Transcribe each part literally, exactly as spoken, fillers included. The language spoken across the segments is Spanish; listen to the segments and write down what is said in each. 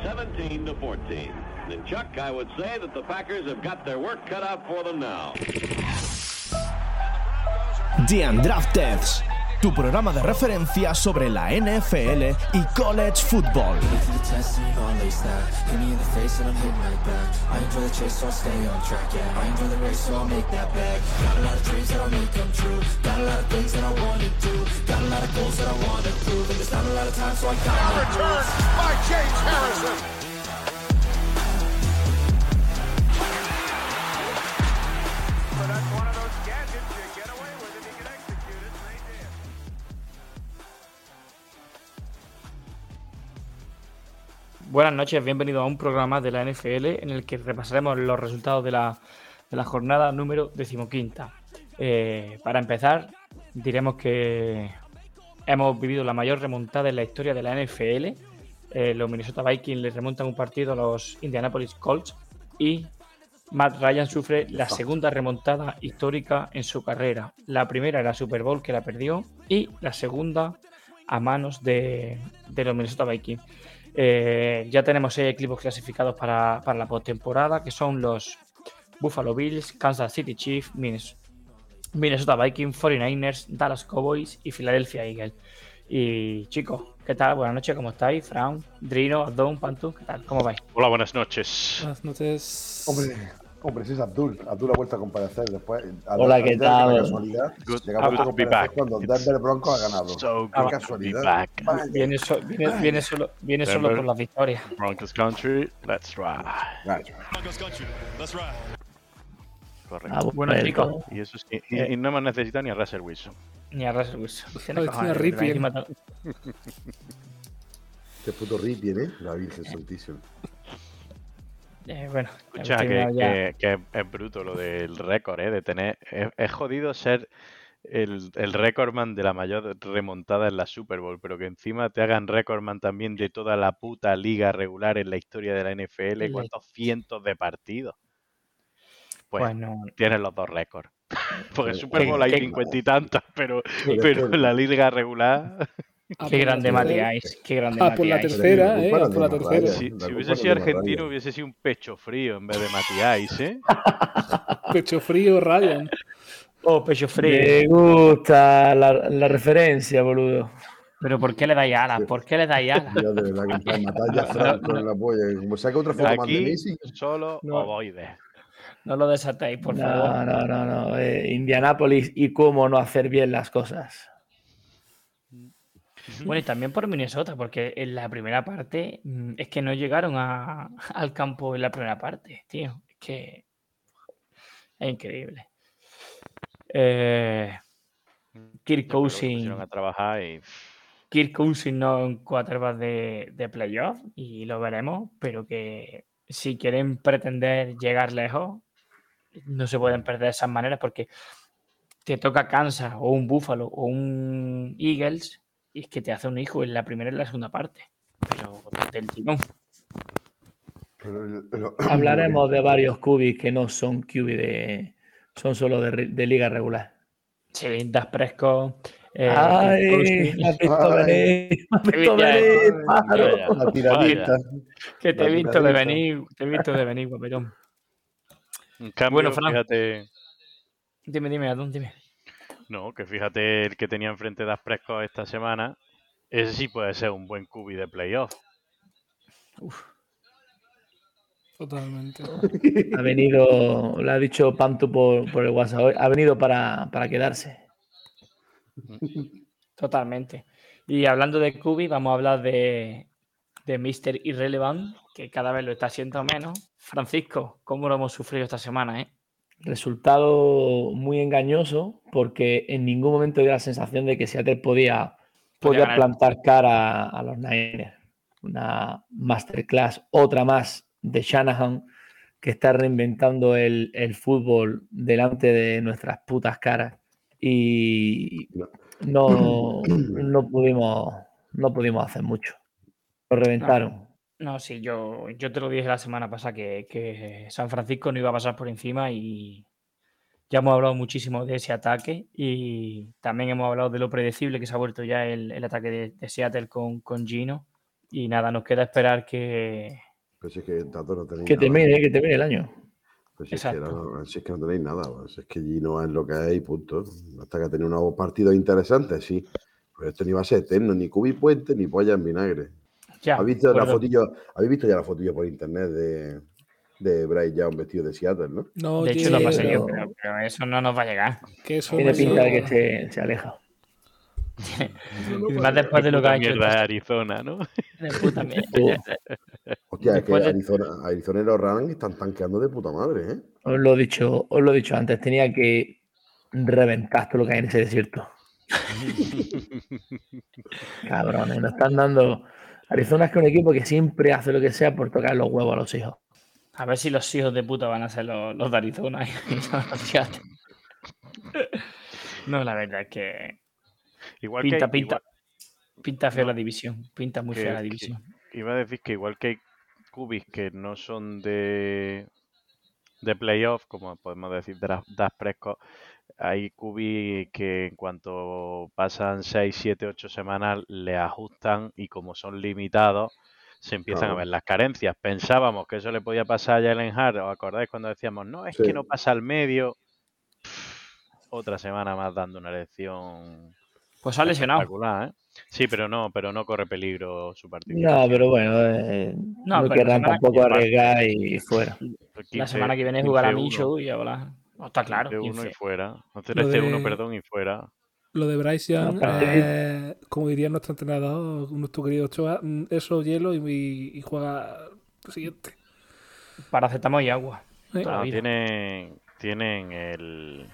seventeen to fourteen. And Chuck, I would say that the Packers have got their work cut out for them now. The Undrafted, tu programa de referencia sobre la N F L y college football. Buenas noches, bienvenidos a un programa de la N F L en el que repasaremos los resultados de la, de la jornada número decimoquinta. Eh, para empezar, diremos que hemos vivido la mayor remontada en la historia de la N F L. Eh, los Minnesota Vikings les remontan un partido a los Indianapolis Colts y Matt Ryan sufre la segunda remontada histórica en su carrera. La primera era Super Bowl, que la perdió, y la segunda a manos de, de los Minnesota Vikings. Eh, ya tenemos seis equipos clasificados para, para la postemporada, que son los Buffalo Bills, Kansas City Chiefs, Minnesota Vikings, cuarenta y nueve ers, Dallas Cowboys y Philadelphia Eagles. Y chicos, ¿qué tal? Buenas noches, ¿cómo estáis? Fran, Drino, Abdón, Pantu, ¿qué tal? ¿Cómo vais? Hola, buenas noches. Buenas noches. Hombre, hombre, sí es Abdul. Abdul ha vuelto a comparecer después. A Hola, la, ¿qué a tal? La casualidad, Good, llegamos a good to be comparecer back. cuando It's Denver Broncos ha ganado. So Qué good casualidad. to be back. Vaya. Viene, so, viene, viene solo, viene solo Denver. por las victorias. Broncos Country, let's ride. Vaya. Correcto. Ah, Bueno, bueno, chicos, Y eso es, y, y- y no hemos necesitado ni a Russell Wilson. ni a Russell Wilson. Tiene Ay, cojones, tiene Ripien. encima to- Qué puto Ripien, ¿eh? La Virgen Santísima. eh, bueno, Escucha, hemos que, terminado ya. que- que es bruto lo del récord, ¿eh? De tener. Es, es jodido ser el, el recordman de la mayor remontada en la Super Bowl, pero que encima te hagan recordman también de toda la puta liga regular en la historia de la N F L. Le- ¿Cuántos cientos de partidos? Pues Pues no, tienes los dos récords. Porque en Sí, Super qué- Bowl hay qué- cincuenta y tantas, pero, Pero pero es que- en la liga regular. Ah, qué por la grande tercera. Matías, qué grande Ah, por la Matías. tercera, La eh, culpa no por la tiene tercera. Ryan. Si, La si culpa hubiese no sido tiene argentino, Ryan. hubiese sido un pecho frío en vez de Matías, ¿eh? Pecho frío, Ryan. Oh, pecho frío. Me gusta la, la referencia, boludo. Pero ¿por qué le dais alas? ¿Por qué le dais alas? Ya de verdad que en plan matar ya a Franco en la polla. Como saca otra foto más de Aquí Messi. solo No. ovoides. No lo desatéis, por no, favor. no, no, no. Eh, Indianápolis y cómo no hacer bien las cosas. Bueno, y también por Minnesota, porque en la primera parte mm, es que no llegaron a- al campo en la primera parte, tío. Es que es increíble. Eh, Kirk Ya, pero Cousins, pusieron a trabajar y Kirk Cousins no en quarterback de, de playoff y lo veremos, pero que si quieren pretender llegar lejos, no se pueden perder de esas maneras porque te toca Kansas o un Buffalo o un Eagles y es que te hace un hijo en la primera y en la segunda parte. Pero del tirón. Pero, pero- Hablaremos de varios cubis que no son Q B de. Son solo de, re- de liga regular. Sí, Das Prescott. eh, Kirk ¡Ay! Cousins, Me has visto Ay. venir. Me has visto Ya, venir, Ay, pájaro. ya, La tiradita. que te he la visto de tiradita. venir, te he visto de venir, guapetón. en cambio, Bueno, Fran. fíjate. Dime, dime, Adón, dime. No, que fíjate el que tenía enfrente Das Prescott esta semana. Ese sí puede ser un buen cubi de playoff. Totalmente. Ha venido, lo ha dicho Pantu por, por el WhatsApp hoy, ha venido para, para quedarse. Totalmente. Y hablando de Kubi, vamos a hablar de, de míster Irrelevant, que cada vez lo está haciendo menos. Francisco, ¿cómo lo hemos sufrido esta semana, eh? Resultado muy engañoso porque en ningún momento dio la sensación de que Seattle podía, Podía podía ganar. plantar cara a los Niners. Una masterclass, otra más de Shanahan, que está reinventando el, el fútbol delante de nuestras putas caras. Y no, no, pudimos, no pudimos hacer mucho. Lo reventaron. No, sí, yo, yo te lo dije la semana pasada que, que San Francisco no iba a pasar por encima y ya hemos hablado muchísimo de ese ataque y también hemos hablado de lo predecible que se ha vuelto ya el, el ataque de, de Seattle con, con Gino. Y nada, nos queda esperar que... Pues si es que tanto no tenéis Que nada. termine, que termine el año. Pues si es, que Exacto. no, si es que no tenéis nada, pues es que allí no es lo que hay, punto. Hasta que tenéis unos partidos interesantes, sí. Pero esto ni va a ser eterno, ni cubi puente, ni polla en vinagre. Ya, ¿Habéis visto, la acuerdo. fotillo, ¿Habéis visto ya la fotillo por internet de, de Bryce Young vestido de Seattle, no? No De hecho, lo llego. pasé yo, pero- pero, pero eso no nos va a llegar. Que eso Tiene no pinta de llega. que se, se aleja. Y más después de lo que ha hecho. Mierda de Arizona, ¿no? De puta mierda. Tú, Hostia, Después es de- que Arizona, Arizona y los Rams están tanqueando de puta madre, ¿eh? os lo he dicho, os lo he dicho antes, tenía que reventar todo lo que hay en ese desierto. Cabrones, nos están dando. Arizona es que un equipo que siempre hace lo que sea por tocar los huevos a los hijos. A ver si los hijos de puta van a ser los, los de Arizona. y los Seattle. No, la verdad es que Igual pinta, que, pinta, igual- pinta feo no, la división. Pinta muy que- fea la que- división. iba a decir que igual que hay cubis que no son de de playoff, como podemos decir Dak Dak Prescott, hay cubis que en cuanto pasan seis, siete, ocho semanas le ajustan y como son limitados se empiezan Claro. a ver las carencias. Pensábamos que eso le podía pasar a Jalen Hart, ¿os acordáis cuando decíamos, no, es Sí. que no pasa al medio? Otra semana más dando una lección Pues ha lesionado. espectacular, ¿eh? Sí, pero no, pero no corre peligro su No, participación. pero bueno, eh, No, no, pero la querrán semana- tampoco aparte- arriesgar y fuera. La quince semana que viene jugará quince uno, Minshew y habla. No, está claro. quince uno y quince. fuera. Lo trece uno, de- perdón, y fuera. Lo de Bryce Young, No, para- eh, como diría nuestro entrenador, nuestro querido Ochoa, mm, eso hielo y, y- y juega lo siguiente. Paracetamol y agua. ¿eh? Toda la No, vida. tienen, tienen el,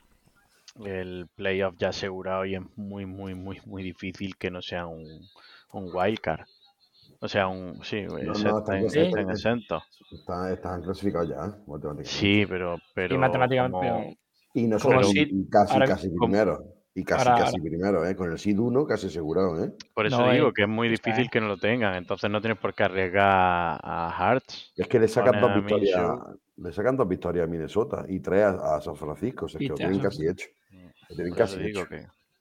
el playoff ya asegurado y es muy, muy, muy, muy difícil que no sea un, un wildcard. O sea, un sí, No, se no, están, están, Sí. están exentos. están, están clasificados ya, ¿eh? Matemáticamente. Sí, pero, pero y matemáticamente. como- pero- Y no como solo, si- y casi, ahora- casi como- primero. Y casi, ahora- casi primero, ¿eh? Con el S I D uno casi asegurado, ¿eh? por eso No, digo eh, que es muy o sea, difícil eh. que no lo tengan. Entonces no tienes por qué arriesgar a Hearts. Es que le sacan Ponen dos a victorias, Minshew. le sacan dos victorias a Minnesota y tres a, a San Francisco, o sea, Y que lo tres a tienen San casi hecho. Lo tienen Por eso casi digo hecho.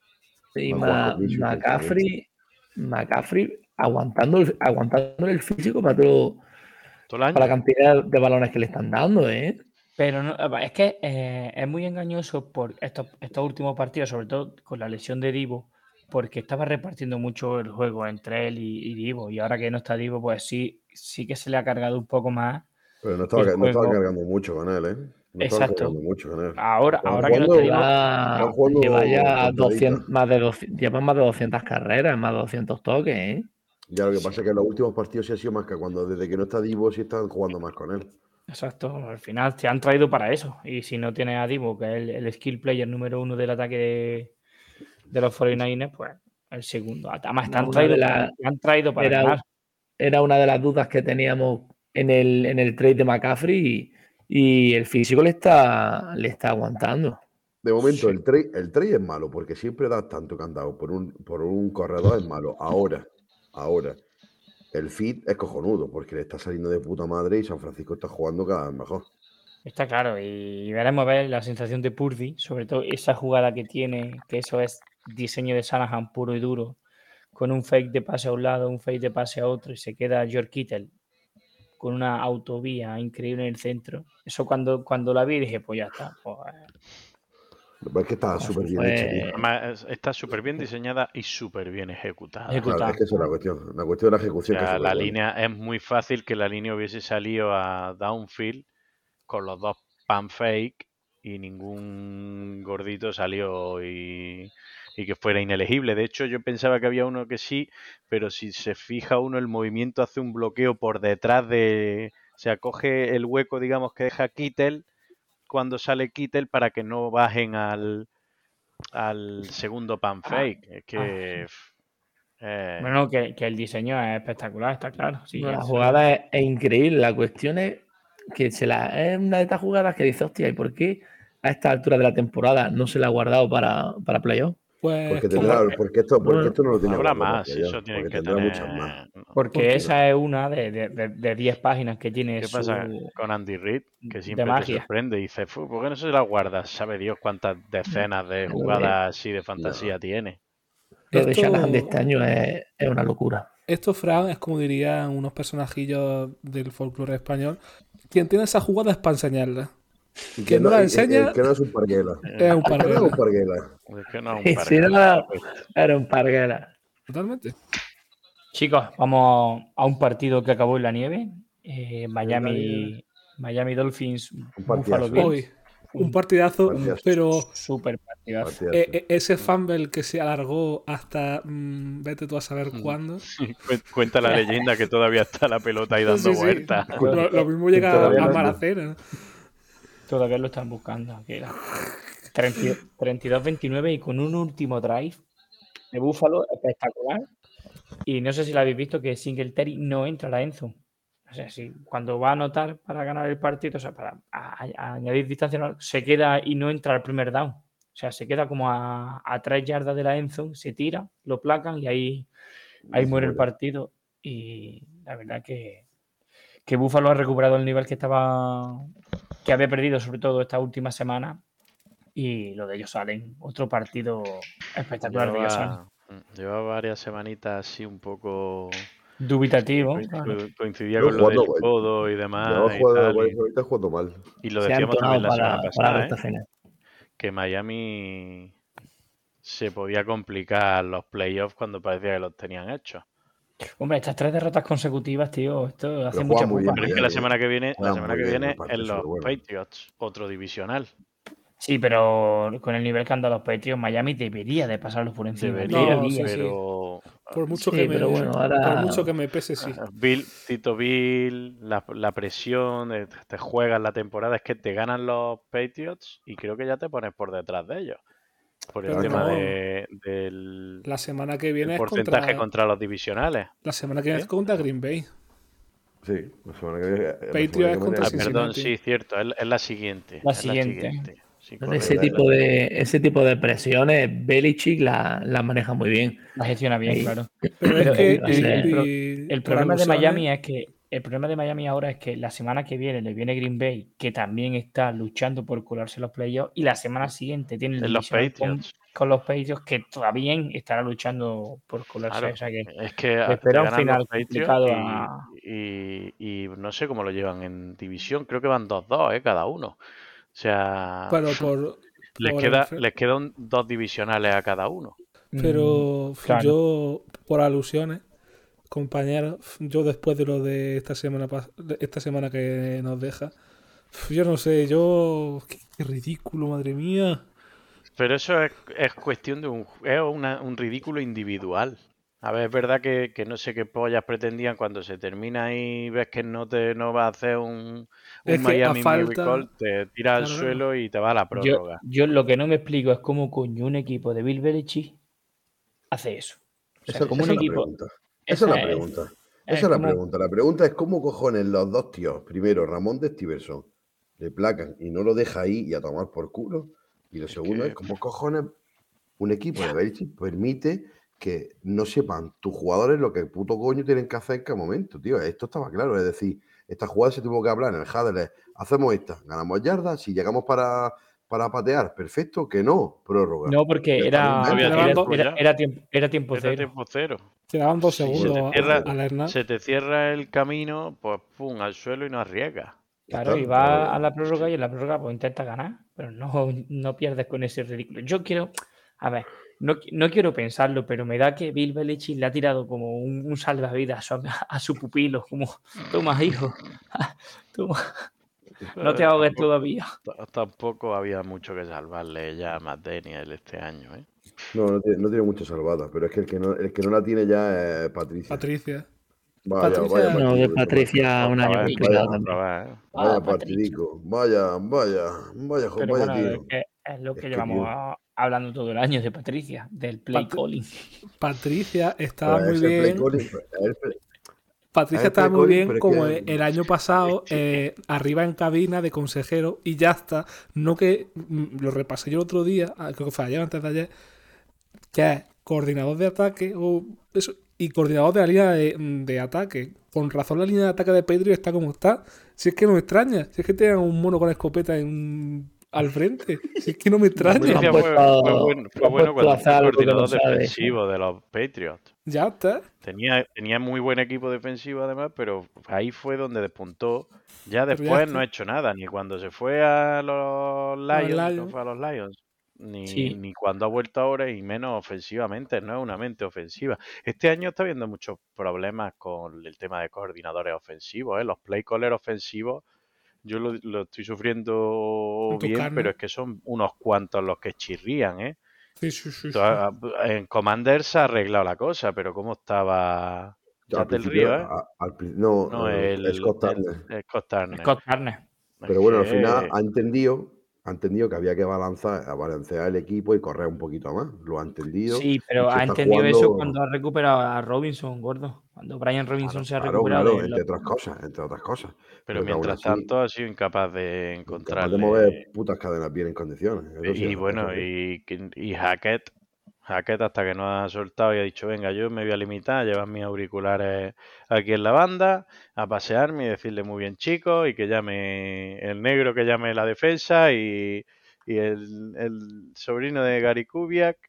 que Y No Ma- juega con Minshew, McCaffrey, McCaffrey aguantando, el- aguantando el físico para, todo, todo el año. para la cantidad de balones que le están dando, ¿eh? Pero no, es que eh, es muy engañoso por estos, estos últimos partidos, sobre todo con la lesión de Divo, porque estaba repartiendo mucho el juego entre él y, y Divo. Y ahora que no está Divo, pues sí, sí que se le ha cargado un poco más. Pero no estaba, El no estaba juego- cargando mucho con él, ¿eh? No estaba Exacto. cargando mucho con él. Ahora, Estaba ahora que no jugando- está Divo, Lleva, están jugando lleva ya contadita. doscientos, más de doscientos, lleva más de doscientas carreras, más de doscientos toques, ¿eh? Ya lo que pasa es que en los últimos partidos sí ha sido más que cuando desde que no está Divo sí están jugando más con él. exacto, al final te han traído para eso. Y si no tienes a Divo, que es el, el skill player número uno del ataque de, de los cuarenta y nueve ers, pues el segundo. Además, te han Una traído, de para- las- te han traído para era- ganar. Era una de las dudas que teníamos en el, en el trade de McCaffrey y, y el físico le está, le está aguantando. De momento, Sí. el trade el trade es malo porque siempre das tanto candado por un, por un corredor, es malo. Ahora, ahora, el fit es cojonudo porque le está saliendo de puta madre y San Francisco está jugando cada vez mejor. Está claro, y veremos a ver la sensación de Purdy, sobre todo esa jugada que tiene, que eso es diseño de Shanahan puro y duro, con un fake de pase a un lado, un fake de pase a otro, y se queda George Kittle con una autovía increíble en el centro. Eso cuando, cuando la vi dije, pues ya está. Pues, Lo que pasa es que está Eso súper bien fue- hecho, tío. Además, es- está súper bien diseñada y súper bien ejecutada. Ejecu- Claro, es que esa es la cuestión. La cuestión de la O ejecución. que sea, es la súper buena. línea es muy fácil que la línea hubiese salido a downfield con los dos pan fake y ningún gordito salió y, y que fuera inelegible. De hecho, yo pensaba que había uno que sí, pero si se fija uno, el movimiento hace un bloqueo por detrás de... O sea, coge el hueco, digamos, que deja Kittel cuando sale Kittel para que no bajen al, al segundo pan Ah, fake. Es ah. que... f- eh, Bueno, que, que el diseño es espectacular, está claro. Sí, la eso- jugada es, es increíble. La cuestión es que se la, es una de estas jugadas que dice, hostia, ¿y por qué a esta altura de la temporada no se la ha guardado para, para playoff? Pues Porque, que- tendrá, porque, esto, porque Bueno, esto no lo tiene habrá guardado más, para eso playoff, tienen porque que tendrá tener... muchas más. Porque Porque- esa es una de diez de, de, de diez páginas que tiene ¿Qué su... pasa con Andy Reid? Que de siempre te magia. sorprende y dice, "Fu, ¿por qué no se la guardas? Sabe Dios cuántas decenas de jugadas así de fantasía tiene. Lo de Esto- Shanahan de este año es, es una locura. Esto, Fran, es como dirían unos personajillos del folclore español. Quien tiene esa jugada es para enseñarla. Y Quien no la y- enseña el que no es un parguela. es un El que no es parguela. un parguela. Es que no es Y un si no, parguela. era un parguela. Totalmente. Chicos, vamos a un partido que acabó en la nieve. Eh, nieve. Miami, Miami Dolphins, Un Buffalo partidazo. Bills. Hoy, un partidazo, Partidazo. pero Súper partidazo. Partidazo. eh, eh, ese fumble que se alargó hasta mm, vete tú a saber cuándo. Cu- Cuenta la leyenda que todavía está la pelota ahí dando Sí, sí. vueltas. Lo, lo mismo llega Todavía a no- Maracena. Todavía lo están buscando. Que era treinta y dos veintinueve y con un último drive de Buffalo espectacular. Y no sé si lo habéis visto que Singletary no entra a la endzone. O sea, si cuando va a anotar para ganar el partido, o sea, para a- a añadir distancia, no, se queda y no entra al primer down. O sea, se queda como a, a tres yardas de la endzone, se tira, lo placan y ahí, ahí Y se muere el muere. partido. Y la verdad que, que Buffalo ha recuperado el nivel que estaba, que había perdido, sobre todo esta última semana. Y lo de ellos salen. Otro partido espectacular de ellos salen. Llevaba, llevaba varias semanitas así un poco... Dubitativo. co- claro. co- Coincidía Yo con lo del jugando, codo y Llevaba demás y jugando tal. por Y, eso ahorita jugando mal. y lo Se ha decíamos entonado también la para, semana para la pasada, recta ¿eh? final. Que Miami se podía complicar los playoffs cuando parecía que los tenían hechos. Hombre, estas tres derrotas consecutivas, tío, esto hace juegan mucha muy pupa. bien, Pero es que Miami, la ¿eh? semana que viene, la Juegan semana muy que bien, viene aparte, en eso los es bueno. Patriots, otro divisional. Sí, pero con el nivel que han dado los Patriots, Miami debería de pasarlos por encima. Debería, No, sí, debería. sí. pero Por mucho, Sí, que, me, pero bueno, por ahora- mucho que me pese, sí. Bill, Tito Bill, la, la presión, de- te juegas la temporada, es que te ganan los Patriots y creo que ya te pones por detrás de ellos. Por el Pero tema no. de, del La semana que viene el es porcentaje contra, contra... los divisionales. la semana que viene ¿Eh? es contra Green Bay. Sí, la semana que viene- la semana Patriots que es viene contra Ah, sí. perdón, Cincinnati. sí, cierto, es, es la siguiente. La es siguiente. Sí, Con ese correcto. tipo de ese tipo de presiones, Belichick la, la maneja muy bien. La gestiona bien, Ahí. claro. Pero, Pero es que el, el- el y- pro- y el por problema de alusiones, Miami es que el problema de Miami ahora es que la semana que viene le viene Green Bay, que también está luchando por colarse los playoffs, y la semana siguiente tiene el En los divisional con, Patriots. con los Patriots, que todavía estará luchando por colarse. Claro, O sea que es que le a- te espera un ganan final los complicado Patriots a... y, y, y no sé cómo lo llevan en división. Creo que van dos dos, ¿eh? Cada uno. O sea, pero por, les, por queda, enfer- les quedan dos divisionales a cada uno. pero Mm, claro. yo, por alusiones, compañeros, yo después de lo de esta semana pas- de esta semana que nos deja, yo no sé, yo qué, qué ridículo, madre mía. Pero eso es, es cuestión de un, es una- un ridículo individual. A ver, es verdad que, que no sé qué pollas pretendían cuando se termina y ves que no te no va a hacer un, un Es que a Miami falta- Miracle, te tiras al Claro, claro. suelo y te va a la Yo, prórroga. yo lo que no me explico es cómo coño un equipo de Bill Belichick hace eso. O sea, Esa, como esa un es la equipo... pregunta. Esa es la esa es- pregunta. es Esa es la como- pregunta. La pregunta es cómo cojones los dos tíos, primero Ramón de Stevenson, le placan y no lo deja ahí y a tomar por culo. Y lo Es segundo que- es cómo cojones un equipo de Belichick permite que no sepan tus jugadores lo que puto coño tienen que hacer en cada momento, tío. Esto estaba claro. Es decir, esta jugada se tuvo que hablar en el huddle. Hacemos esta, ganamos yardas, si llegamos para, para patear, perfecto, que no, prórroga. No, porque Ya era, está, no había era, tiempo era- ya. era tiempo, era tiempo Era cero. tiempo cero. Quedaban dos Sí, se te segundos cierra- a, a alernar. Se te cierra el camino, pues pum, al suelo y no arriesgas. Ya Claro, está, y va pero- a la prórroga y en la prórroga pues intenta ganar, pero no, no pierdes con ese ridículo. Yo quiero, a ver, no, qui- no quiero pensarlo, pero me da que Bill Belichick le ha tirado como un, un salvavidas a su, a su pupilo, como, toma, hijo, toma, no te ahogues Tampoco- todavía. t- Tampoco había mucho que salvarle ya a Matt Daniel este año, ¿eh? No, no tiene, no tiene mucho salvada, pero es que el que no, el que no la tiene ya es Patricia. Patricia. Vaya, Patricia- vaya No, de partido, Patricia un año Otra vez, complicado vaya, también. otra vez, ¿eh? Vaya Ah, Patricia. partidico, vaya, vaya, vaya, jo- Pero vaya bueno, tío. es, que es lo que Es que, llevamos tío. a- hablando todo el año de Patricia, del play Pat- calling. Patricia estaba Pero muy es el play bien. calling, es el play- Patricia es el estaba play muy calling, bien pero es como que- el, el año pasado, eh, arriba en cabina de consejero y ya está. No que mm, lo repasé yo el otro día, ah, creo que fue ayer antes de ayer, que es coordinador de ataque o eso, y coordinador de la línea de, de ataque. Con razón la línea de ataque de Pedro está como está. Si es que no me extraña, si es que tienen un mono con escopeta en un al frente. Si es que no me extraña. Patricia han fue, puesto- fue bueno, fue han bueno puesto cuando a hacer fue algo que coordinador no sabe. defensivo de los Patriots. Ya está. Tenía, tenía muy buen equipo defensivo además, pero ahí fue donde despuntó. Ya Pero ya después está. no ha hecho nada, ni cuando se fue a los Lions, no Lions. fue a los Lions, ni, Sí. ni cuando ha vuelto ahora, y menos ofensivamente, no es una mente ofensiva. Este año está habiendo muchos problemas con el tema de coordinadores ofensivos, ¿eh? Los play callers ofensivos, yo lo, lo estoy sufriendo En tu bien, carne. pero es que son unos cuantos los que chirrían, ¿eh? Sí, sí, sí. sí. Entonces, en Commander se ha arreglado la cosa, pero ¿cómo estaba Al Jazz del principio, Río, eh? a- al pri- no, No, eh, el, Scott el, Turner. el Scott Turner. Scott Turner. Es Pero bueno, al que- final ha entendido, ha entendido que había que balanzar, a balancear el equipo y correr un poquito más. Lo ha entendido. Sí, y pero se ha está entendido jugando- eso cuando ha recuperado a Robinson, gordo. Cuando Brian Robinson se ha Claro, recuperado. claro, de entre lo- otras cosas, entre otras cosas. Pero que aún mientras así, tanto ha sido incapaz de incapaz encontrarle. de mover putas cadenas bien en condiciones. Eso sí, y eso- bueno, eso sí. y, y Hackett, Hackett hasta que no ha soltado y ha dicho, venga, yo me voy a limitar a llevar mis auriculares aquí en la banda, a pasearme y decirle muy bien chico, y que llame el negro, que llame la defensa, y, y el, el sobrino de Gary Kubiak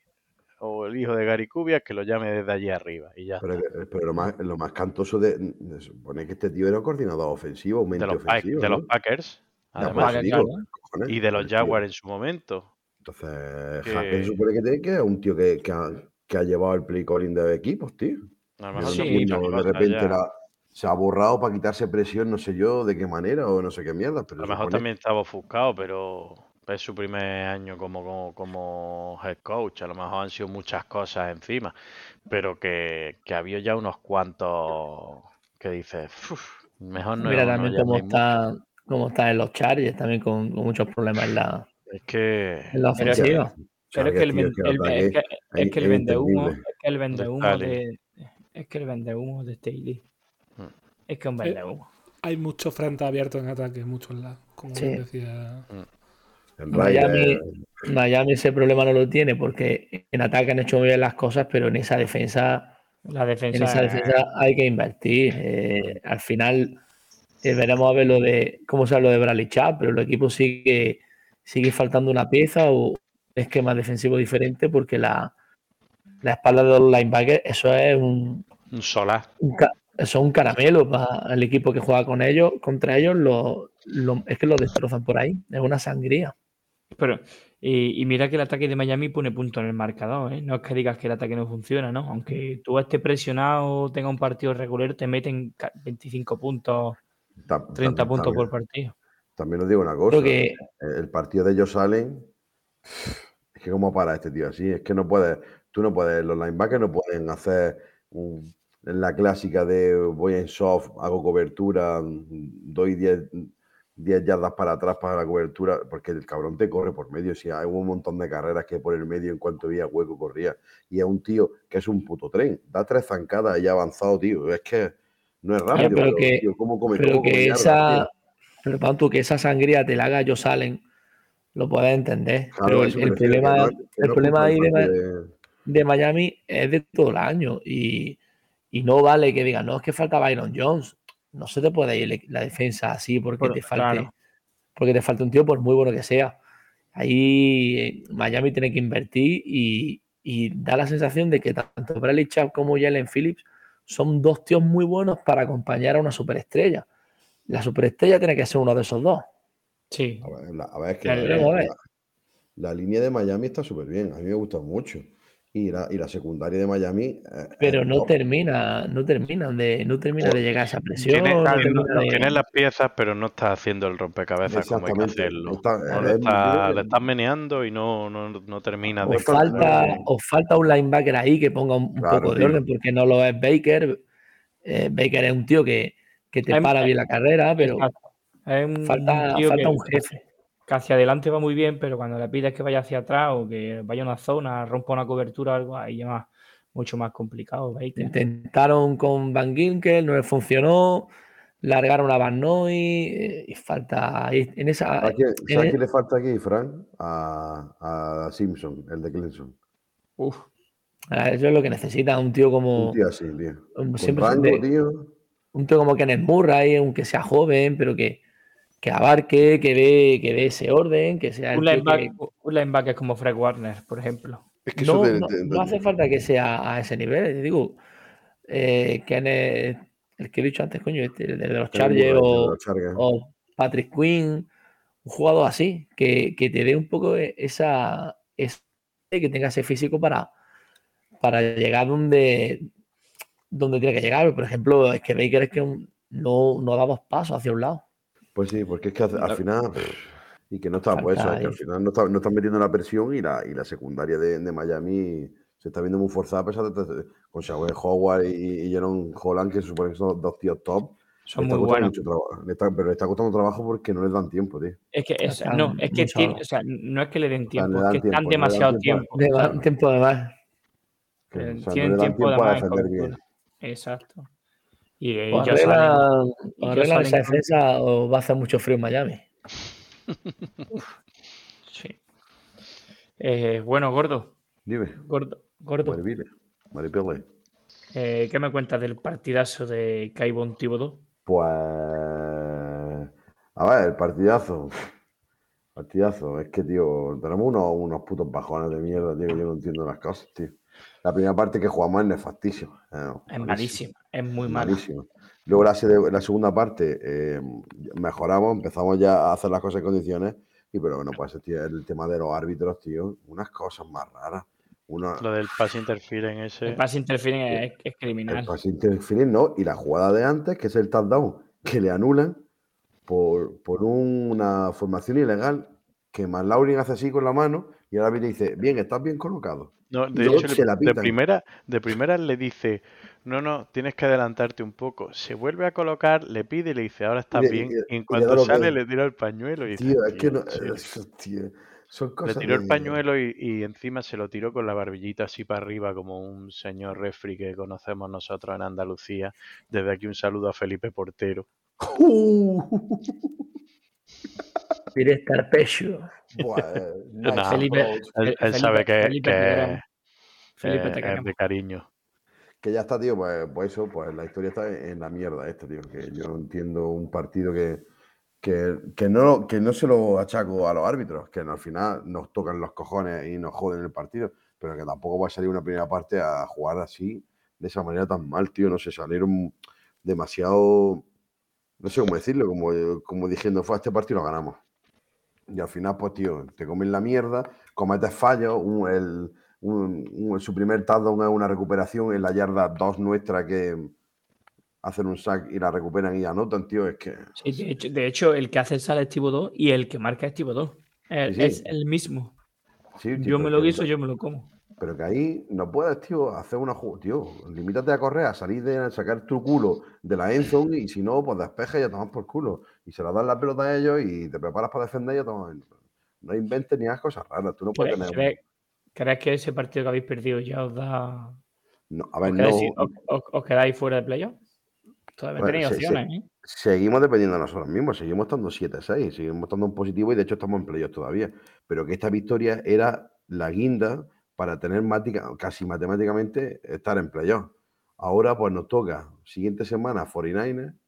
o el hijo de Gary Kubiak que lo llame desde allí arriba y ya Pero, está. pero lo, más, lo más cantoso de, de supone que este tío era coordinador ofensivo, un mente De los, Pac- ofensivo, de ¿no? los Packers, Ya, por además, eso Claro, digo, claro. cojones, y de los el tío. Jaguars en su momento. Entonces, Que- Hackett se supone que tiene que es un tío que, que, ha, que ha llevado el play calling de equipos, tío. A lo Yo mejor no Sí, son entiendo, muchas de cosas repente ya. la- se ha borrado para quitarse presión, no sé yo de qué manera o no sé qué mierda, A pero lo mejor supone- también estaba ofuscado, pero es su primer año como, como, como head coach. A lo mejor han sido muchas cosas encima, pero que, que había ya unos cuantos que dices, "Uf, mejor no, Mira no también cómo llaméis mucho". está, cómo está en los Chargers, también con, con muchos problemas en la, Es que en la Pero es ofensiva. Pero es Chargers, que el, tío, ven- es que el el- es ataque que, es es- que el es vende humo, inentendible. es que el vende De humo Stalin. de, es que el vende humo de Staley. Mm. Es que es un vende humo. Hay muchos frentes abiertos en ataque, muchos lados. Como Sí. bien decía. En Miami, Ryder, Miami ese problema no lo tiene porque en ataque han hecho muy bien las cosas, pero en esa defensa, La defensa, en esa defensa hay que invertir. Eh, al final eh, veremos a ver lo de cómo sale lo de Bradley Chubb, pero el equipo sigue, sigue faltando una pieza o un esquema defensivo diferente porque la, la espalda de los linebackers, eso es un, un solar. un ca- eso es un caramelo para el equipo que juega con ellos, contra ellos, lo, lo- es que lo destrozan por ahí, es una sangría. Pero, y, y mira que el ataque de Miami pone punto en el marcador, ¿eh? No es que digas que el ataque no funciona, ¿no? Aunque tú estés presionado, tenga un partido regular, te meten ca- veinticinco puntos, ta- treinta también- puntos también- por partido. También os digo una cosa. Creo que El partido de ellos salen. Es que cómo para este tío así. Es que no puedes. Tú no puedes. Los linebackers no pueden hacer un- la clásica de voy en soft, hago cobertura, doy diez yardas para atrás para la cobertura, porque el cabrón te corre por medio. Si hay un montón de carreras que por el medio en cuanto veía hueco corría. Y es un tío que es un puto tren. Da tres zancadas y ya ha avanzado, tío. Es que no es rápido. pero que- tío, ¿cómo come, pero cómo come que mierda, esa tío? pero Pau, tú, que esa sangría te la haga yo salen lo puedes entender. Claro, pero a el, eso me el refiero, que problema, no es- que el no es problema culpa ahí del de, Ma- partido de- de Miami es de todo el año y, y no vale que digan, no, es que falta Byron Jones. No se te puede ir la defensa así porque Por- te falte claro. porque te falte un tío por muy bueno que sea. Ahí eh, Miami tiene que invertir y, y da la sensación de que tanto Bradley Chubb como Jalen Phillips son dos tíos muy buenos para acompañar a una superestrella. La superestrella tiene que ser uno de esos dos. Sí. A ver, la, a ver, es que El- la, Veremos a ver. la- la línea de Miami está súper bien. A mí me gusta mucho. Y la, y la secundaria de Miami. eh, Pero es no top. termina, no terminan de, no termina de llegar a esa presión. Tiene, no tiene- termina de- tiene las piezas, pero no está haciendo el rompecabezas como hay que Exactamente. hacerlo. Está- No, le, es- está, yo creo que- le estás meneando y no, no, no termina de os falta, os falta un linebacker ahí que ponga un, un Claro, poco de tío. orden, porque no lo es Baker. Eh, Baker es un tío que, que te Hay- para bien la carrera, pero Exacto. Es un falta, tío falta que- un jefe. que hacia adelante va muy bien, pero cuando le pides que vaya hacia atrás o que vaya a una zona, rompa una cobertura o algo, ahí ya más, mucho más complicado, Baker. Intentaron con Van Ginkel, no les funcionó, largaron a Van Noy eh, y falta ahí en esa. ¿Sabes quién, en- sabes quién le falta aquí, Fran? A, a Simpson, el de Clemson. Uf, Eso es lo que necesita un tío como Un tío así, tío. un- Con siempre rango, de- tío. un tío como Kenneth Murray, aunque sea joven, pero que, que abarque, que dé, que dé ese orden, que sea el Un tío linebacker, que... un linebacker como Fred Warner, por ejemplo. Es que eso No, te, no, te- no te- hace falta que sea a ese nivel. Te digo, eh, Kenneth, el que he dicho antes, coño, este, el de los Kenneth Chargers Murray, de o, los Chargers. o Patrick Quinn, un jugador así, que, que te dé un poco e- esa, esa- que tenga ese físico para, para llegar donde, donde tiene que llegar. Por ejemplo, es que Baker es que un- no, no da dos pasos hacia un lado. Pues sí, porque es que al al final, pff, y que no está, pues eso, Falta es que al ahí. final no, está, no están metiendo la presión y la, y la secundaria de, de Miami se está viendo muy forzada a pesar de, de- con Shaway Howard y, y Jaron Holland, que se supone que son dos tíos top. Son Le está muy costando buenos. mucho trabajo, le está- pero le está costando trabajo porque no les dan tiempo, tío. Es que es, Están no, es que muy tiene, solos. o sea, no es que le den O sea, no tiempo, le es que dan están tiempo, no le dan demasiado tiempo. tiempo. De o sea, más, tiempo de más. Que, eh, o sea, no tienen le dan tiempo de tiempo a más en defender bien. cobertura. Exacto. Y O ellos salen, arreglan, o ellos arreglan esa salen con- defensa o va a hacer mucho frío en Miami. sí. Eh, bueno, gordo, Dime, gordo, gordo. Maripile, Maripile. eh, ¿qué me cuentas del partidazo de Kayvon Thibodeau? Pues. A ver, el partidazo. Partidazo. Es que, tío, tenemos unos, unos putos bajones de mierda, tío, que yo no entiendo las cosas, tío. La primera parte que jugamos es nefastísima. eh, Es malísima, malísimo, es muy malo. malísima. Luego la, se- la segunda parte eh, mejoramos, empezamos ya a hacer las cosas en condiciones. Y pero bueno, pues tío, el tema de los árbitros, tío, unas cosas más raras. Una, Lo del pass interference El ese. pass interfering es, es el criminal. pase interferir, no, y la jugada de antes, que es el touchdown, que le anulan por, por un- una formación ilegal, que McLaurin hace así con la mano y ahora viene y dice, bien, estás bien colocado. No, Y de luego hecho, se la de pitan. primera, de primera le dice, no, no, tienes que adelantarte un poco. Se vuelve a colocar, le pide y le dice, ahora estás le- bien. y- Y y en le cuanto da lo sale, que- le tira el pañuelo y dice, Tío, es que "Tío, no, en serio". eso, tío, son Le cosas tiró el de- pañuelo y, y encima se lo tiró con la barbillita así para arriba, como un señor refri que conocemos nosotros en Andalucía. Desde aquí un saludo a Felipe Portero. Pide estar pecho. Buah, eh, nice No, Felipe, approach. Él, Fe- él sabe Felipe, que, Felipe, te que queremos. Felipe, eh, te es queremos. de cariño. Que ya está, tío, pues, pues eso, pues la historia está en la mierda esta, tío. Que yo no entiendo un partido que, que, que, no, que no se lo achaco a los árbitros, que al final nos tocan los cojones y nos joden el partido, pero que tampoco va a salir una primera parte a jugar así, de esa manera tan mal, tío. No sé, salieron demasiado, no sé cómo decirlo, como, como diciendo, fue a este partido lo ganamos. Y al final, pues, tío, te comen la mierda, cometes fallos, un, el, un, un- su primer touchdown es una recuperación en la yarda dos nuestra que hacen un sack y la recuperan y anotan, tío, es que... Sí, de, hecho, de hecho, el que hace el sale es Thibodeau y el que marca es Thibodeau. Es, Sí, sí. es el mismo. Sí, tío, Yo me pero lo que- guiso, yo me lo como. Pero que ahí no puedes, tío, hacer una jugada, tío. Limítate a correr, a salir de sacar tu culo de la endzone y si no, pues despeja y a tomar por culo. Y se la das la pelota a ellos y te preparas para defender y a tomar. No inventes ni hagas cosas raras. Tú no puedes ¿Crees, tener. crees- crees que ese partido que habéis perdido ya os da. No, a ver, ¿Os no. quedáis, os- os- os quedáis fuera de playoff? Todavía Bueno, tenéis se- opciones, ¿eh? Seguimos dependiendo de nosotros mismos, seguimos estando siete seis, seguimos estando en positivo y de hecho estamos en playoffs todavía. Pero que esta victoria era la guinda para tener mática- casi matemáticamente estar en playoffs. Ahora pues nos toca, siguiente semana, cuarenta y nueve ers,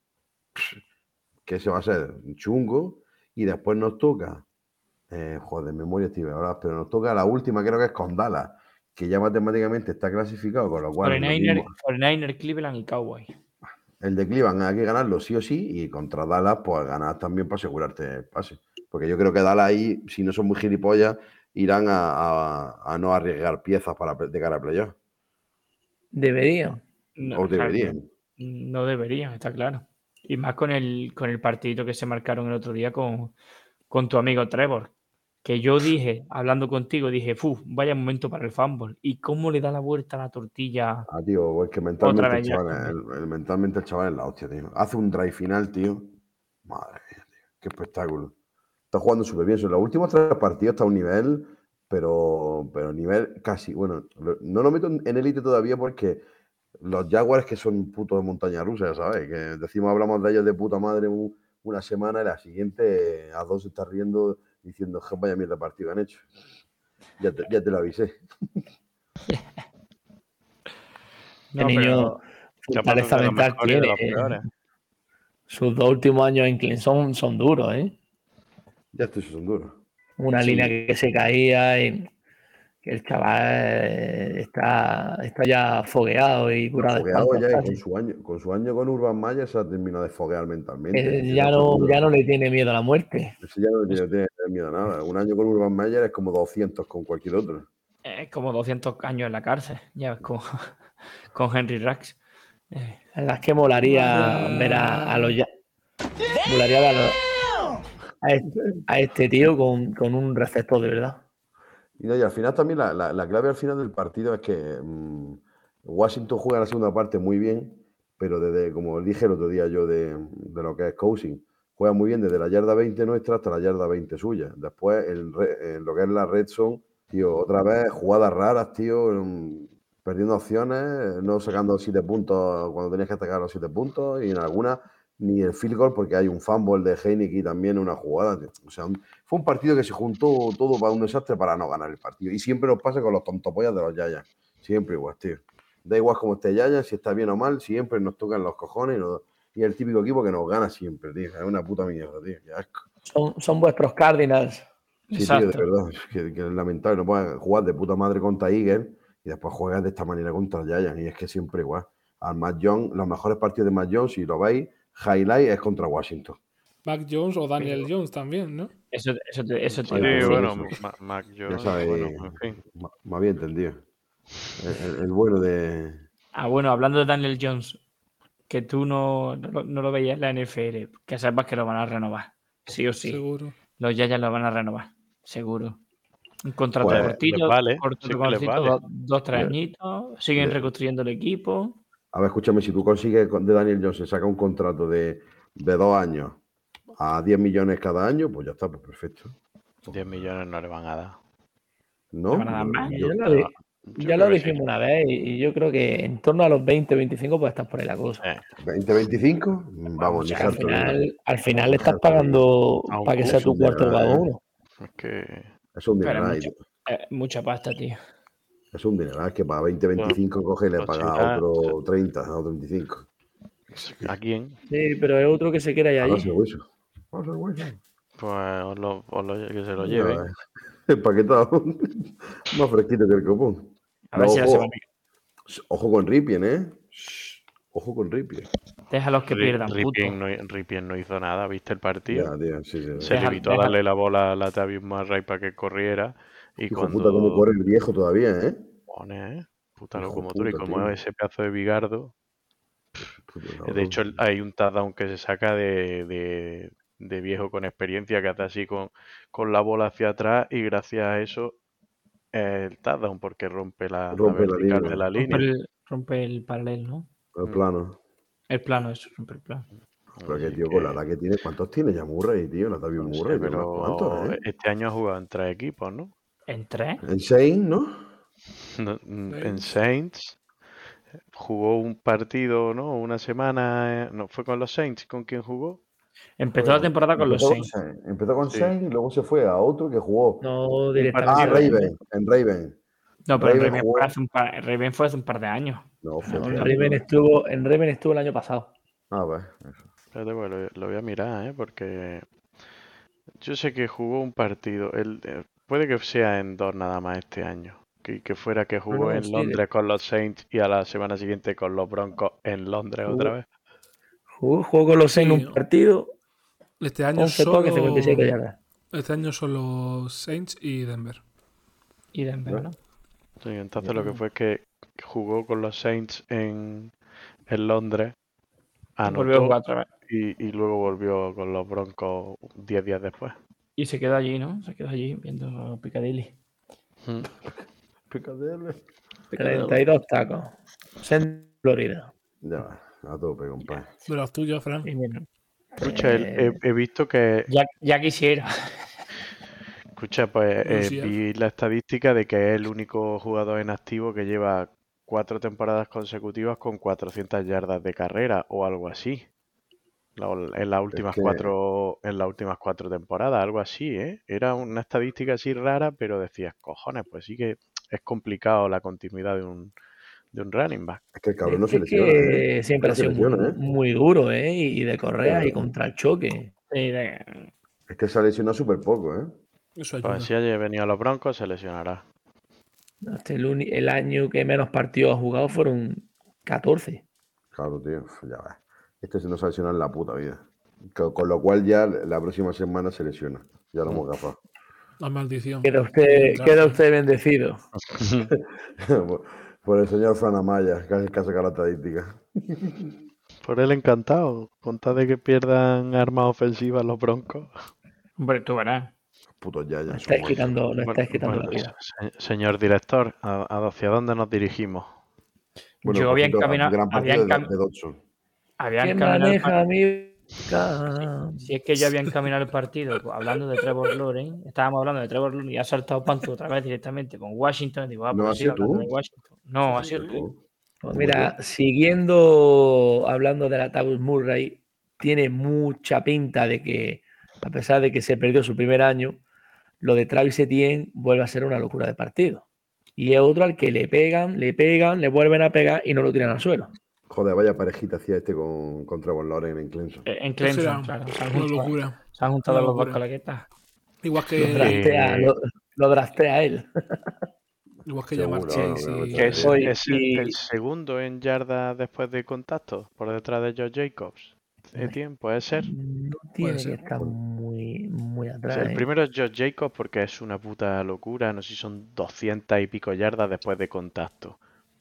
que ese va a ser un chungo, y después nos toca, eh, joder, memoria estoy ahora, pero nos toca la última, creo que es con Dallas, que ya matemáticamente está clasificado, con lo cual... lo cuarenta y nueve mismo. cuarenta y nueve, Cleveland y Cowboys. El de Cleveland hay que ganarlo sí o sí y contra Dallas pues ganar también para asegurarte el pase. Porque yo creo que Dallas ahí, si no son muy gilipollas, irán a, a- a no arriesgar piezas para de cara a playoff. Deberían. No, O claro, deberían. no deberían, está claro. Y más con el, con el partidito que se marcaron el otro día con, con tu amigo Trevor. Que yo dije, hablando contigo, dije, ¡fu! Vaya momento para el fútbol. ¿Y cómo le da la vuelta a la tortilla? Ah, tío, es que Otra mentalmente el vez ya chaval, también. el- el- mentalmente el chaval es la hostia, tío. Hace un drive final, tío. Madre mía, tío. Qué espectáculo. Está jugando súper bien. En los últimos tres partidos está a un nivel, pero, pero nivel casi, bueno, lo- no lo meto en en élite todavía porque los Jaguars que son putos de montaña rusa, ¿sabes? Que decimos, hablamos de ellos de puta madre un- una semana y la siguiente a dos se está riendo diciendo, "Je, vaya mierda de partido han hecho". Ya te, ya te lo avisé. No, El niño pero Capaz fortaleza de los mental mejores y de tiene. los peores. sus dos últimos años en Clemson son duros, ¿eh? Ya estos son duros. Una Sí. línea que se caía y que el chaval eh, está, está ya fogueado y curado de Fogueado espanto ya y casi. con su año, con su año con Urban Meyer se ha terminado de foguear mentalmente. Eh, Ese ya, ya no, seguro. ya no le tiene miedo a la muerte. Ese ya no tiene, tiene miedo a nada. Un año con Urban Meyer es como doscientos con cualquier otro. Es como doscientos años en la cárcel, ya ves, con, con Henry Rux. Eh, La verdad es que molaría Vaya. ver a, a los ya. Molaría ver a, los- a este, a este tío con, con un receptor de verdad. Y, no, y al final también la, la- la clave al final del partido es que mm, Washington juega la segunda parte muy bien, pero desde, como dije el otro día yo de, de lo que es coaching, juega muy bien desde la yarda veinte nuestra hasta la yarda veinte suya. Después, en, re- en lo que es la red zone, tío, otra vez jugadas raras, tío, mm, perdiendo opciones, no sacando siete puntos cuando tenías que atacar los siete puntos, y en algunas ni el field goal porque hay un fumble de Heineken también en una jugada, tío. O sea, un- fue un partido que se juntó todo para un desastre para no ganar el partido. Y siempre nos pasa con los tontopollas de los Giants. Siempre igual, tío. Da igual cómo esté Giants, si está bien o mal, siempre nos tocan los cojones y, nos- y es el típico equipo que nos gana siempre, tío. Es una puta mierda, tío. Qué asco. Son, son vuestros Cardinals. Sí, tío, de Exacto. verdad. Es que, que es lamentable. No puedes jugar de puta madre contra Eagles y después juegas de esta manera contra Giants. Y es que siempre igual. Al Matt Jones, los mejores partidos de Matt Jones, si lo veis, highlight es contra Washington. Mac Jones o Daniel Jones también, ¿no? Eso, eso, te- eso te Ay, iba a pues Sí, decir. bueno, eso. Ma- Mac Ya Jones, sabéis, bueno, en fin. ma- más bien entendido. El, el- el bueno de. Ah, bueno, hablando de Daniel Jones, que tú no, no, lo- no lo veías en la N F L, que sepas que lo van a renovar. Sí o sí. Seguro. Los Giants lo van a renovar, seguro. Un contrato Pues, Les cortito, vale, sí contrato que les cortito, vale. dos, dos, tres Le- añitos, siguen le- reconstruyendo el equipo. A ver, escúchame, si tú consigues con- de Daniel Jones, saca un contrato de, de dos años a diez millones cada año, pues ya está, pues perfecto. diez millones no le van a dar. ¿No? ¿Le van a dar más? Yo- Ya lo, di- Yo ya creo lo que sí. dijimos una vez y, y yo creo que en torno a los veinte, veinticinco puede estar por ahí la cosa. Eh, ¿veinte, veinticinco? Vamos, ni O sea, al salto ni nada. final, al final le estás Salto ni nada. pagando A un para que sea curso tu de cuarto nada, vago ¿eh? uno. es que Eso es un Pero dineral. mucha, eh, mucha pasta, tío. Es un dineral que para veinte, veinticinco coge y le pues paga será- a otro treinta, a otro veinticinco. ¿a quién? Sí, pero es otro que se quiere ir Ahora allí. se hueso. Ahora se hueso. Pues os lo, os lo- que se lo Ya lleven. ves. Empaquetado. Más fresquito que el copón. A ver No, si la ojo, semana que ojo con Ripien, ¿eh? Shh, ojo con Ripien. Déjalos que Ri- pierdan, puto. Ripien no, Ripien no hizo nada, ¿viste el partido? Ya, tío, sí, sí. Se Deja- limitó a deja- darle la bola a la Tavius Murray para que corriera. Y Hijo cuando puta, cómo corre el viejo todavía, ¿eh? pone, ¿eh? Puta Hijo locomotora, y puta, como tío. es ese pedazo de Bigardo. Puto De cabrón. hecho, el- hay un touchdown que se saca de, de- de viejo con experiencia que hace así con, con la bola hacia atrás y gracias a eso es el touchdown porque rompe la, la Rompe la vertical línea. de la Rompe línea. el, rompe el paralelo, ¿no? El plano. El plano, eso, rompe el plano. Pero que, Así tío, con la que, edad que tiene, ¿cuántos tiene ya Murray, tío? La Tavius no sé, Murray, pero pero ¿cuántos, eh? este año ha jugado en tres equipos, ¿no? ¿En tres? En Shane, ¿no? No, mm, En Saints. Saints jugó un partido, ¿no? Una semana, eh, ¿no fue con los Saints con quien jugó? Empezó la temporada con los Empezó Saints. Shane, empezó con Sí. Shane y luego se fue a otro que jugó. No Ah, directamente. Raven, en Raven. No, pero en Raven Raven jugó- fue, hace un par, Raven fue hace un par de años. No, fue No, este en año. Raven estuvo, en Raven estuvo el año pasado. Ah, pues. Espérate, pues, lo, lo voy a mirar, ¿eh? Porque yo sé que jugó un partido. El, eh, puede que sea en dos nada más este año. Que, que fuera que jugó no, en sí, Londres con los Saints y a la semana siguiente con los Broncos en Londres Jugó- otra vez. Jugó, jugó con los Saints Sí. un partido, Este año once toques, cincuenta y siete solo. yardas. Este año son los Saints y Denver. Y Denver, ¿no? Sí, entonces lo que fue es que jugó con los Saints en, en Londres, Volvió a anotó jugar otra vez. y, y luego volvió con los Broncos diez días después. Y se quedó allí, ¿no? Se quedó allí viendo Piccadilly. Mm. Picadele. treinta y dos tacos. Centro Florida. Ya va, a tope, compadre. De los tuyos, Fran. Y bueno, Escucha, el- Eh, he, he visto que, ya, ya quisiera. escucha, pues No, eh, sí, vi la estadística de que es el único jugador en activo que lleva cuatro temporadas consecutivas con cuatrocientas yardas de carrera o algo así. La- En las últimas que- cuatro, en las últimas cuatro temporadas, algo así, ¿eh? Era una estadística así rara, pero decías, cojones, pues sí que es complicado la continuidad de un, de un running back. Es que el cabrón no Este se es lesiona, que ¿eh? siempre No ha se sido muy, lesiona, ¿eh? muy duro, ¿eh? Y de correa Pero- y contra el choque. Sí, de- Es que se ha lesionado súper poco, ¿eh? Eso Pues ayuda. si haya venido a los Broncos, se lesionará. Este, el, uni- el año que menos partidos ha jugado fueron catorce. Claro, tío, ya va. Este se nos ha lesionado en la puta vida. Con, con lo cual ya la próxima semana se lesiona. Ya lo hemos gafado. La maldición. Queda usted, queda usted bendecido. por, por el señor Fran Amaya, que es el que ha sacado la estadística. Por él encantado. Contad de que pierdan armas ofensivas los Broncos. Hombre, tú verás. Putos yayas. Nos son estáis buenos. quitando, nos Bueno, estáis quitando bueno, la vida. se- señor director, ¿a- a- ¿hacia dónde nos dirigimos? Bueno, Yo por había cierto, encaminado, gran había, partido de, encam- de Dodson. había ¿Quién encaminado el maneja par- mi Si es que yo había encaminado el partido pues, hablando de Trevor Lawrence, estábamos hablando de Trevor Lawrence y ha saltado Pantu otra vez directamente con Washington. Digo, ah, ¿No pues has sí, sido hablando tú? de Washington. No, ha sido tú. Pues mira, siguiendo hablando de la Tavis Murray, tiene mucha pinta de que, a pesar de que se perdió su primer año, lo de Travis Etienne vuelve a ser una locura de partido. Y es otro al que le pegan, le pegan, le vuelven a pegar y no lo tiran al suelo. Joder, vaya parejita hacía este con, con Trevor Lawrence en Clemson. Eh, En Eso Clemson, era claro. Se han una juntado, locura. se han juntado Una los dos locura. coleguetas. Igual Lo que, draftea, Eh, lo, lo draftea él. igual que Seguro, Jamar Chase no, no, y... Que es, Oye, es el, y- el segundo en yardas después de contacto, por detrás de Josh Jacobs. Etienne, puede ser. no Puede tiene que ser. estar muy, muy O atrás. sea, el ¿eh? primero es Josh Jacobs porque es una puta locura. No sé si son doscientas y pico yardas después de contacto.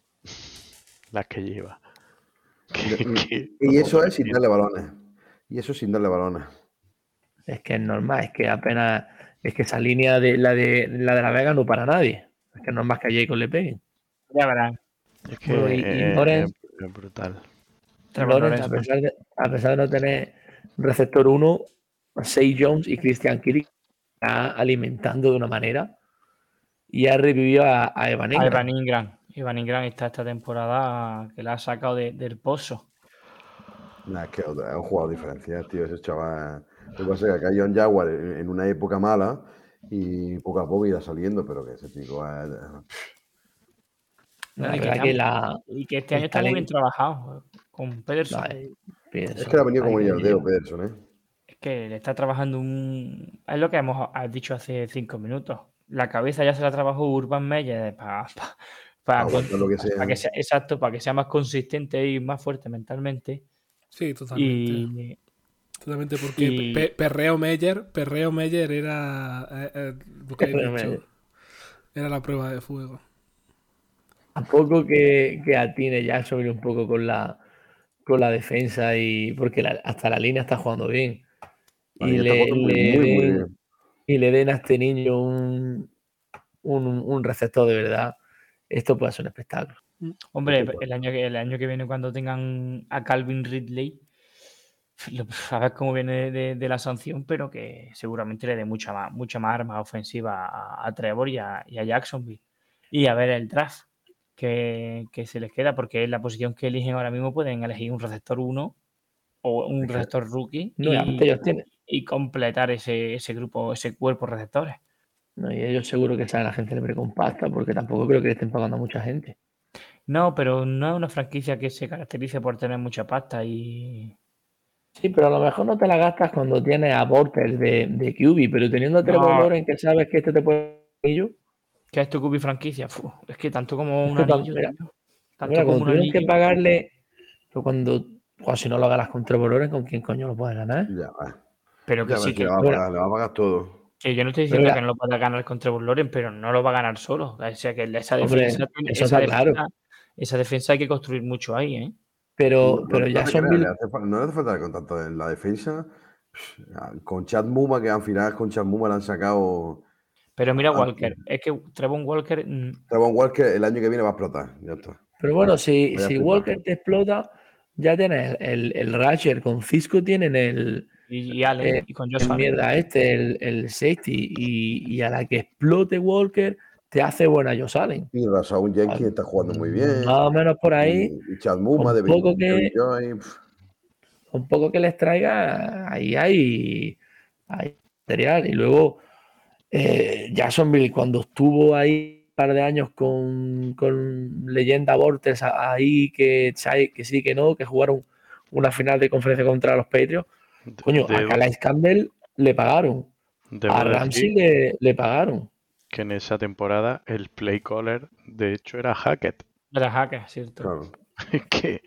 Las que lleva. Que- que- Y eso como es sin que- darle balones. Y eso sin darle balones. Es que es normal, es que apenas, es que esa línea de la de la de la Vega no para nadie. Es que no es más que a Jacob le peguen. Ya verás. Es que Bueno, y- y eh, Lawrence- es, es brutal. Trevor Lawrence, a Lawrence. pesar, de, a pesar de no tener receptor uno, Say Jones y Christian Kirk está alimentando de una manera y ha revivido a, a Evan A Ingram. Evan Ingram. Evan Ingram está esta temporada que la ha sacado de- del pozo. Nah, es que es un jugador diferencial, tío. Ese chaval. Lo que pasa es que cayó en Jaguar en, en una época mala y poco a poco irá saliendo, pero que ese chico es. La No, y, que verdad está- que la, y que este año el está muy bien talento- trabajado con Pederson. Ay, Peterson, Es que le ha venido como ay, niño ay, al dedo, ay. Pederson, ¿eh? Es que le está trabajando un... Es lo que hemos has dicho hace cinco minutos. La cabeza ya se la trabajó Urban Meyer para Pa aguantar lo que sea. que sea exacto, para que sea más consistente y más fuerte mentalmente. Sí, totalmente. Y Totalmente, porque y- Pe- Perreo Meyer, Perreo Meyer era eh, eh, lo que he Perreo dicho. Meyer. Era la prueba de fuego. Tampoco que, que atine Jacksonville un poco con la, con la defensa y porque la- hasta la línea está jugando bien. La Y línea está le, jugando muy, le muy, muy den, bien. y le den a este niño un, un, un receptor de verdad, esto puede ser un espectáculo. hombre, Ocupa. el año, que, el año que viene cuando tengan a Calvin Ridley, lo- a ver cómo viene de, de la sanción, pero que seguramente le dé mucha más, mucha más arma ofensiva a, a Trevor y a, y a Jacksonville. Y a ver el draft que, que se les queda, porque en la posición que eligen ahora mismo pueden elegir un receptor uno o un receptor rookie No, y y, aparte ellos tienen, y completar ese, ese grupo, ese cuerpo de receptores. no, y ellos seguro que saben la gente libre con pasta, porque tampoco creo que le estén pagando a mucha gente. No, pero no es una franquicia que se caracterice por tener mucha pasta y... Sí, pero a lo mejor no te la gastas cuando tienes a Bortles de, de Q B, pero teniendo a Trevor No. Lawrence que sabes que este te puede anillo, ¿Qué es tu cubi franquicia? Fu, es que tanto como Es un que tan- anillo, mira, tío. Tanto mira, como cuando un tuvieron que anillo. pagarle, pero cuando, o si no lo ganas con Trevor Lawrence, ¿con quién coño lo puedes ganar? Ya, va. Pero que Ya sí, ves que que, le va a Mira. pagar, le va a pagar todo. que yo no estoy Pero diciendo mira. que no lo pueda ganar con Trevor Lawrence, pero no lo va a ganar solo. O sea, que esa Hombre, defensa, tiene- eso esa, está claro. defensa esa defensa hay que construir mucho ahí, ¿eh? Pero, No, pero no te Jacksonville, creas, le hace fa- no le hace falta el contacto en la defensa. Con Chad Muma, que al final con Chad Muma le han sacado. Pero mira, Ah, Walker, es que Trevor Walker, mm, Trevon Walker el año que viene va a explotar. Ya está. pero bueno, si, Vaya si flipar. Walker te explota, ya tienes el, el Ratcher con Cisco, tienen el, y, y Allen, Eh, y con Josh el Allen. mierda este, el, el safety, y, y a la que explote Walker, te hace buena Josh Allen. Y Rasaun Jenkins está jugando muy bien. Más o menos por ahí, Y, y Chad Muma con de poco veinte que- Joy, pf, un poco que les traiga, ahí hay, hay material. Y luego, eh, Jacksonville, cuando estuvo ahí par de años con, con Leyenda Bortles ahí, que, que sí, que no, que jugaron una final de conferencia contra los Patriots. Coño, Debo- a Calais Campbell le pagaron. Debo A decir Ramsey le, le pagaron. que en esa temporada el play caller, de hecho, era Hackett. Era hacker, ¿cierto? Claro. que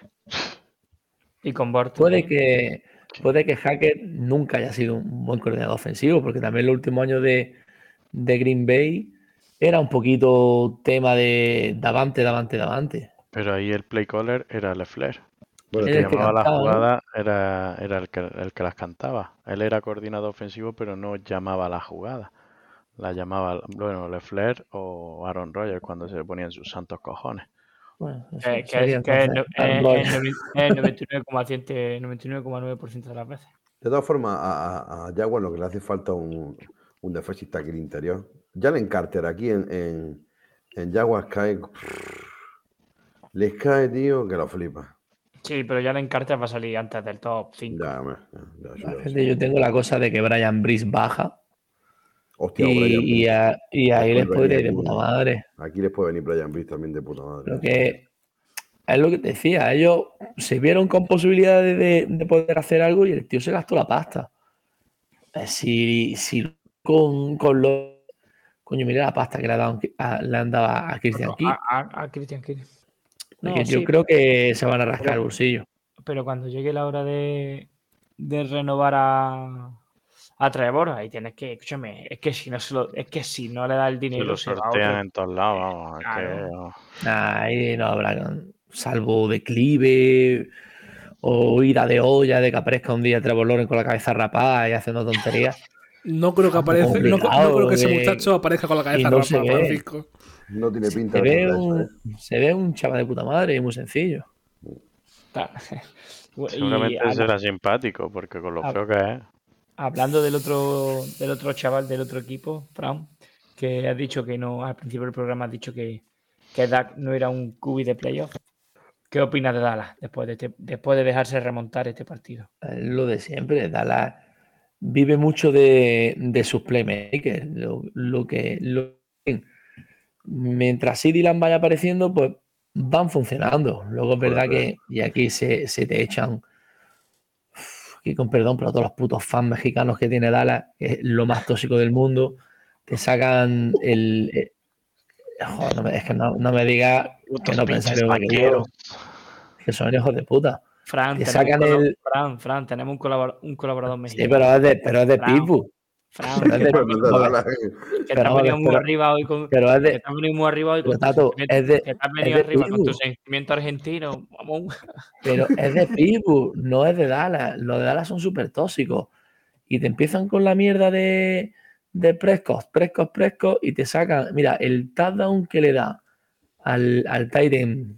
Y con Bortles. Puede que, puede que Hackett nunca haya sido un buen coordinador ofensivo, porque también los últimos años de, de Green Bay era un poquito tema de davante, davante, davante. Pero ahí el play caller era Lefleur. Bueno, Era El el que que llamaba las cantaba, ¿no? jugadas era, era el, que, el que las cantaba. Él era coordinador ofensivo, pero no llamaba las jugadas. La llamaba, bueno, Lefleur o Aaron Rodgers cuando se ponían sus santos cojones. Bueno, eso Que, que, sería es- que es entonces no- Aaron es- Rodgers. es noven- es noventa y nueve coma siete, noventa y nueve coma nueve por ciento de las veces. De todas formas, a, a, a Jaguar lo que le hace falta es un, un defensive tackle interior. Jalen Carter aquí en, en, en Jaguars cae. Les cae, tío, que lo flipa. Sí, pero ya en Carter va a salir antes del top cinco. Ya, me- ya, ya, ya, La ya. gente, yo tengo la cosa de que Brian Brice baja Hostia, Brian y, y, Brice. a- y ahí les Después puede ir venía de aquí. puta madre. Aquí les puede venir Brian Brice también de puta madre. Lo que es lo que te decía, ellos se vieron con posibilidades de, de poder hacer algo y el tío se gastó la pasta. Eh, Si, si con, con los. Coño, mira la pasta que le, ha dado, a- le han dado a Christian A, Kirk. a- a Christian Kirk. No, Que yo sí, creo que se van a rascar pero- el bolsillo. pero cuando llegue la hora de, de renovar a, a Trevor, ahí tienes que, escúchame, es que si no se lo, es que si no le da el Se dinero, lo se va a sortean otro. en todos lados, vamos. es que, Claro. vamos. Nah, ahí no habrá, salvo declive o ira de olla de que aparezca un día Trevor Lawrence con la cabeza rapada y haciendo tonterías. No creo que Un poco aparezca, no, no complicado creo que ese de- muchacho aparezca con la cabeza no se raspada, ve. Francisco. No tiene pinta Se de ve, hacer un, eso, ¿eh? se ve un chaval de puta madre y muy sencillo. Claro. Y Seguramente habla- será simpático, porque con lo Ah. feo que es. hablando del otro, del otro chaval del otro equipo, Brown, que has dicho que no, al principio del programa has dicho que, que Dak no era un Q B de playoff. ¿Qué opinas de Dallas después de, este- después de dejarse remontar este partido? Es lo de siempre. Dallas vive mucho de, de sus playmakers. Lo, lo que, lo- mientras C D Lamb vaya apareciendo, pues van funcionando. Luego es verdad que, y aquí se, se te echan, y con perdón, pero todos los putos fans mexicanos que tiene Dallas, que es lo más tóxico del mundo, te sacan el. el- joder, no me, es que no, no me digas que Putos no pinches pensáis igual que yo, vaqueros. que son hijos de puta. Fran, Te tenemos sacan un colab- el- Fran, Fran, tenemos un, colabor- un colaborador Sí, mexicano. pero es de, pero es de Fran, Pitbull. Fran, pero es que de- te has No, venido- no, Vale. no, que te pero has vale, venido muy pero- arriba hoy con. Pero es Que de. te has venido muy arriba hoy Pero, con tus Tato, sentimientos- es de- que te has es venido de arriba con Pitbull. tus sentimientos argentinos. Vamos. Pero es de Pittsburgh, no es de Dallas. Los de Dallas son súper tóxicos. Y te empiezan con la mierda de, de Prescott, Prescott, Prescott, y te sacan. Mira, el touchdown que le da al, al tight end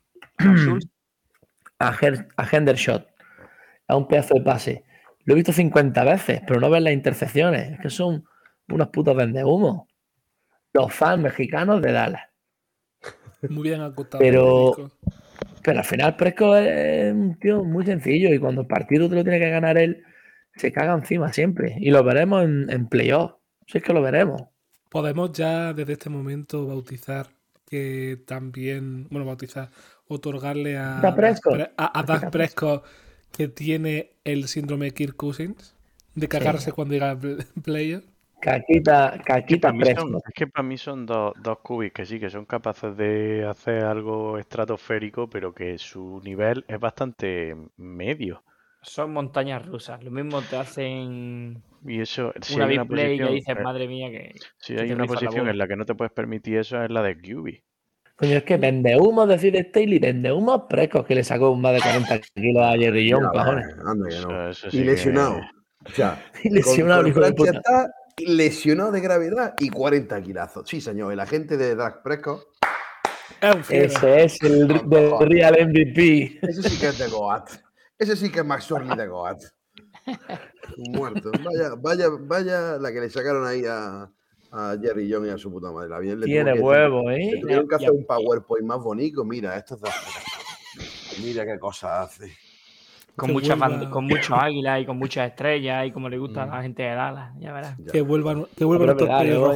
a, Her- a Hendershot, a un pedazo de pase. Lo he visto cincuenta veces, pero no ves las intercepciones. Es que son unos putos vendehumos. Los fans mexicanos de Dallas. Muy bien acotado. Pero- Francisco. Pero al final Prescott es un tío muy sencillo y cuando el partido te lo tiene que ganar él, se caga encima siempre. Y lo veremos en, en playoff. Si es que lo veremos. Podemos ya desde este momento bautizar que también, bueno, bautizar, otorgarle a ¿Dak Prescott? Pre- a, a Dak Prescott que tiene el síndrome Kirk Cousins de cagarse cuando llega al pl- player. Caquita, caquita Para mí son- Prescott. es que para mí son dos, dos cubis que sí, que son capaces de hacer algo estratosférico, pero que su nivel es bastante medio. Son montañas rusas. Lo mismo te hacen Y eso, si una hay big una play y ya posición, dices, eh, madre mía, que. si que hay te una rifas la posición bola. en la que no te puedes permitir eso, es la de Q B. Coño, es que vende humo decir Staley, vende humo Prescott que le sacó más de cuarenta kilos a Jerry Jones, Ya, cojones. vale, anda que Eso- no. eso sí Y que- lesionado. O sea, Y lesionado, con, hijo con de puta. Francia está lesionado de gravedad y cuarenta kilazos. Sí, señor. El agente de Dak Prescott, Es un fiero. Ese es el Con de cojones. Real M V P. ese sí que es de Goat. Ese sí que es Max Orly de Goat. Muerto. Vaya, vaya, vaya la que le sacaron ahí a, a Jerry Jones y a su puta madre. La bien le Tiene tuvo que- huevo, Le ¿eh? tuvieron que Ya, hacer ya. un PowerPoint más bonito. Mira, esto es de Mira qué cosa hace. Con Que muchas vuelva- band- con muchos águilas y con muchas estrellas y como le gusta a la gente de Dallas, ya verás. Ya. Que vuelvan, que vuelvan Pero es estos verdad, playoffs luego rojos.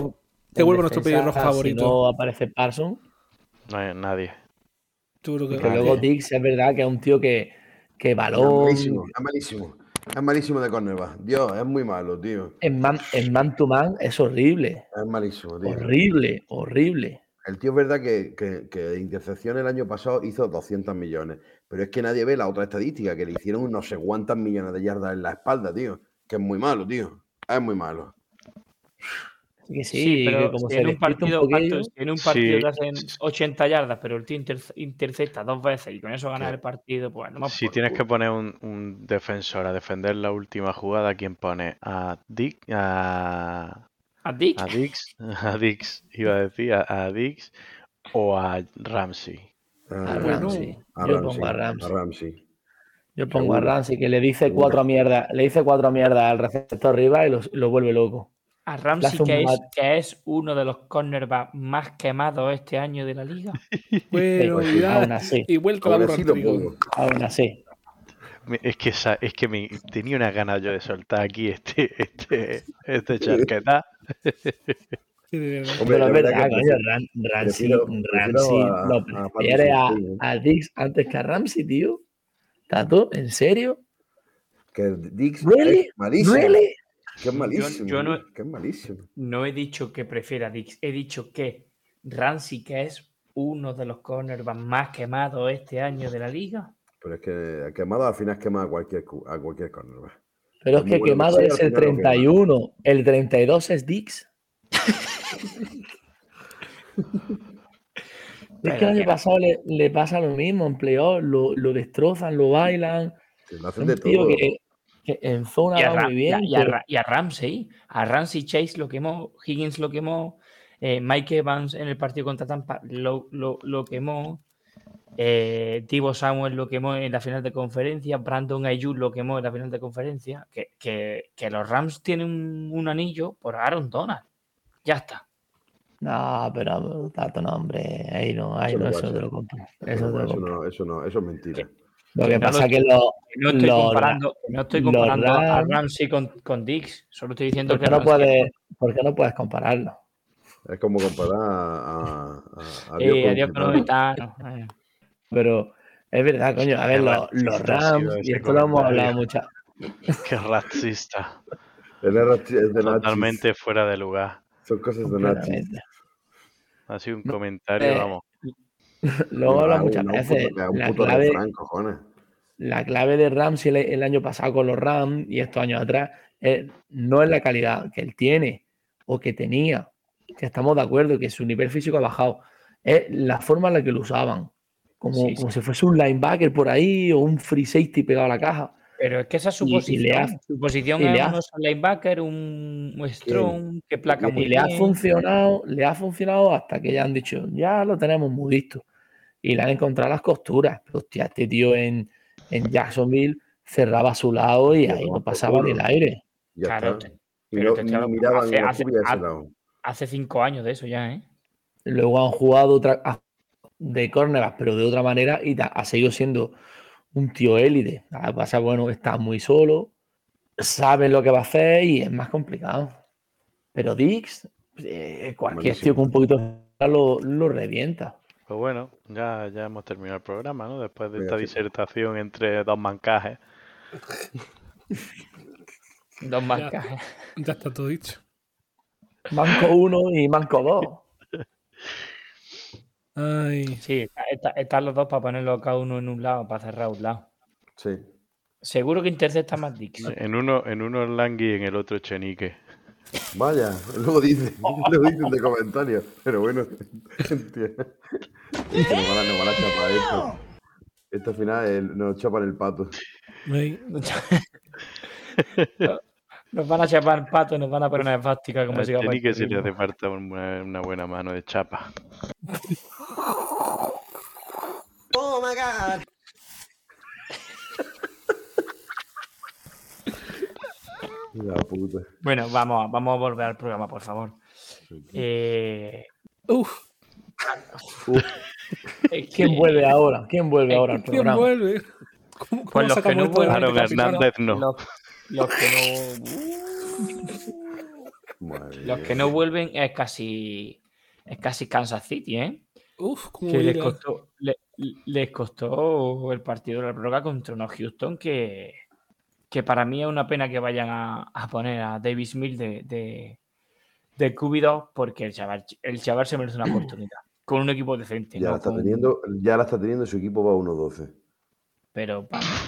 Que en vuelva nuestro defensa, pelirrojo si favorito. no aparece Parsons. No hay nadie. Seguro que Que luego nadie. Dix es verdad que es un tío que, que Es balón malísimo, es malísimo. Es malísimo de cornerback. Dios, es muy malo, tío. en man, en man to man es horrible. Es malísimo, tío. Horrible, horrible. El tío es verdad que, que, que de intercepción el año pasado hizo doscientos millones. Pero es que nadie ve la otra estadística, que le hicieron no sé cuántas millones de yardas en la espalda, tío. Que es muy malo, tío. Es muy malo. Así que sí, Sí, que pero como si se en le un quita un partido, poquillo, Pato, si en un partido Sí. te hacen ochenta yardas, pero el tío inter- intercepta dos veces y con eso ganas Sí. el partido, pues no más Si por tienes que culo. poner un, un defensor a defender la última jugada, ¿quién pone? A Dick, a, A Dick, a Dix, a Dix, iba a decir, a, a Dix o a Ramsey. a Ah, Bueno. Ramsey. a Yo Ramsey, pongo a a Ramsey. Ramsey. Yo pongo a Seguro. Ramsey, que le dice Seguro. cuatro mierdas, le dice cuatro mierdas al receptor arriba y lo, lo vuelve loco. a Le Ramsey, hace un que es, mat- que es uno de los cornerbacks más quemados este año de la liga. Bueno, Pues y, sí. da- Aún así. y vuelta la Aún burra así al lo trigo. pongo. Aún así. Me- Es que, esa- es que me tenía una ganas yo de soltar aquí este, este, este charqueta. Sí, de verdad. Hombre, Pero es la verdad, verdad que coño, prefiero- Ram- Ramsey, prefiero- prefiero Ramsey a- lo a prefiere a, Patterson, sí, ¿eh? a Dix antes que a Ramsey, tío. ¿Tato? ¿En serio? Que Dix ¿Really? es malísimo. ¿Really? Que es malísimo. yo no- Que es malísimo. No he dicho que prefiera a Dix, he dicho que Ramsey, que es uno de los cornerbacks más quemados este año de la liga. Pero es que quemado al final quema a cualquier, cu- a cualquier cornerback. Pero es Por muy que bueno que quemado sea, es al el final lo treinta y uno, el treinta y dos es Dix. Es que el año pasado le, le pasa lo mismo, en playoff, lo, lo destrozan, lo bailan. Se lo hacen Un de tío todo. que, que en zona Y a, va Ra- muy y a- bien. y a pero- Ra- y a Ramsey, a Ramsey Chase lo quemó, Higgins lo quemó, eh, Mike Evans en el partido contra Tampa lo, lo, lo quemó, eh, Deebo Samuel lo quemó en la final de conferencia, Brandon Ayuk lo quemó en la final de conferencia, que, que, que los Rams tienen un, un anillo por Aaron Donald. Ya está. No, pero tanto no, hombre. Ahí no, ahí Eso no, no eso puede te ser. lo compro. Eso, Eso no, te lo eso, compro. no, eso no, eso es mentira. Lo que no pasa lo- es que los, No estoy los- comparando, no estoy los comparando a Rams- Ramsey con, con Dix, solo estoy diciendo ¿por que qué no Ramsey- puedes, ¿por qué no puedes compararlo? Es como comparar a, a, a, a Eh, Dios con adiós un con un gitano. gitano, eh. Pero es verdad, coño. A ver, Qué los, los racista ha sido Rams, y ese esto lo hemos comentario. hablado muchas. Qué racista. El R H es de nazis. Totalmente fuera de lugar. Son cosas de nazis. Claramente. Ha sido un comentario, eh, vamos. Lo hemos hablado Un- muchas un veces. puto- Un La puto clave, refrán, cojones. la clave de Ramsey el, el año pasado con los Rams y estos años atrás es- no es la calidad que él tiene o que tenía, que estamos de acuerdo que su nivel físico ha bajado, es la forma en la que lo usaban, como, Sí, como sí. si fuese un linebacker por ahí o un free safety pegado a la caja. Pero es que esa es su Y- y posición. le ha- su posición y es le ha- un outside linebacker, un, un strong, que placa Y muy Y le ha bien. funcionado, le ha funcionado hasta que ya han dicho, ya lo tenemos muy listo. Y le han encontrado las costuras. Pero hostia, este tío en, en Jacksonville cerraba a su lado y ahí Cerraba no por pasaba culo. ni el aire. Ya Claro, está. te- Y pero no, te ni estoy- miraban hace- la hace- lluvia de ese hace- lado. Hace cinco años de eso ya, ¿eh? Luego han jugado otra, a- de cornerbacks, pero de otra manera, y ta- ha seguido siendo un tío élite. Lo que pasa, bueno, está muy solo, sabe lo que va a hacer y es más complicado. Pero Dix, eh, cualquier Buenísimo. tío con un poquito de lo, lo revienta. Pues bueno, ya, ya hemos terminado el programa, ¿no? Después de Venga, esta sí. disertación entre dos mancajes. Dos marcas. ¿eh? Ya está todo dicho. Manco uno y Manco dos. Ay, Sí, está- están los dos para ponerlo cada uno en un lado, para cerrar un lado. Sí. Seguro que intercepta más Dix. En uno, en uno es Langui y en el otro Chenique. Vaya, luego dicen, luego dicen de comentarios. Pero bueno, tío. Que nos van a, nos van a chapar esto. Esto al final eh, nos chapan el pato. ay, Nos van a chapar el pato, nos van a poner una esvástica como Al si iba para el Chenique sí le terrorismo. hace falta una, una buena mano de chapa. La puta. Bueno, vamos, a- vamos a volver al programa, por favor. Eh, uf, es que- ¿Quién vuelve ahora? ¿Quién vuelve Eh, ahora al ¿quién programa? vuelve? ¿Cómo, cómo Pues los que sacamos no esto de la vuelven, Aaron mente, capitán? Hernández no. Los, los que no. Madre Los mía. que no vuelven es casi es casi Kansas City, ¿eh? Uf, cómo Que les irá. costó, le- les costó el partido de la prórroga contra unos Houston que, que para mí es una pena que vayan a, a poner a Davis Mills de, de, de Q B dos porque el chaval, el chaval se merece una oportunidad con un equipo decente, Ya la no está con... teniendo, ya la está teniendo, su equipo va uno doce. Pero Panda,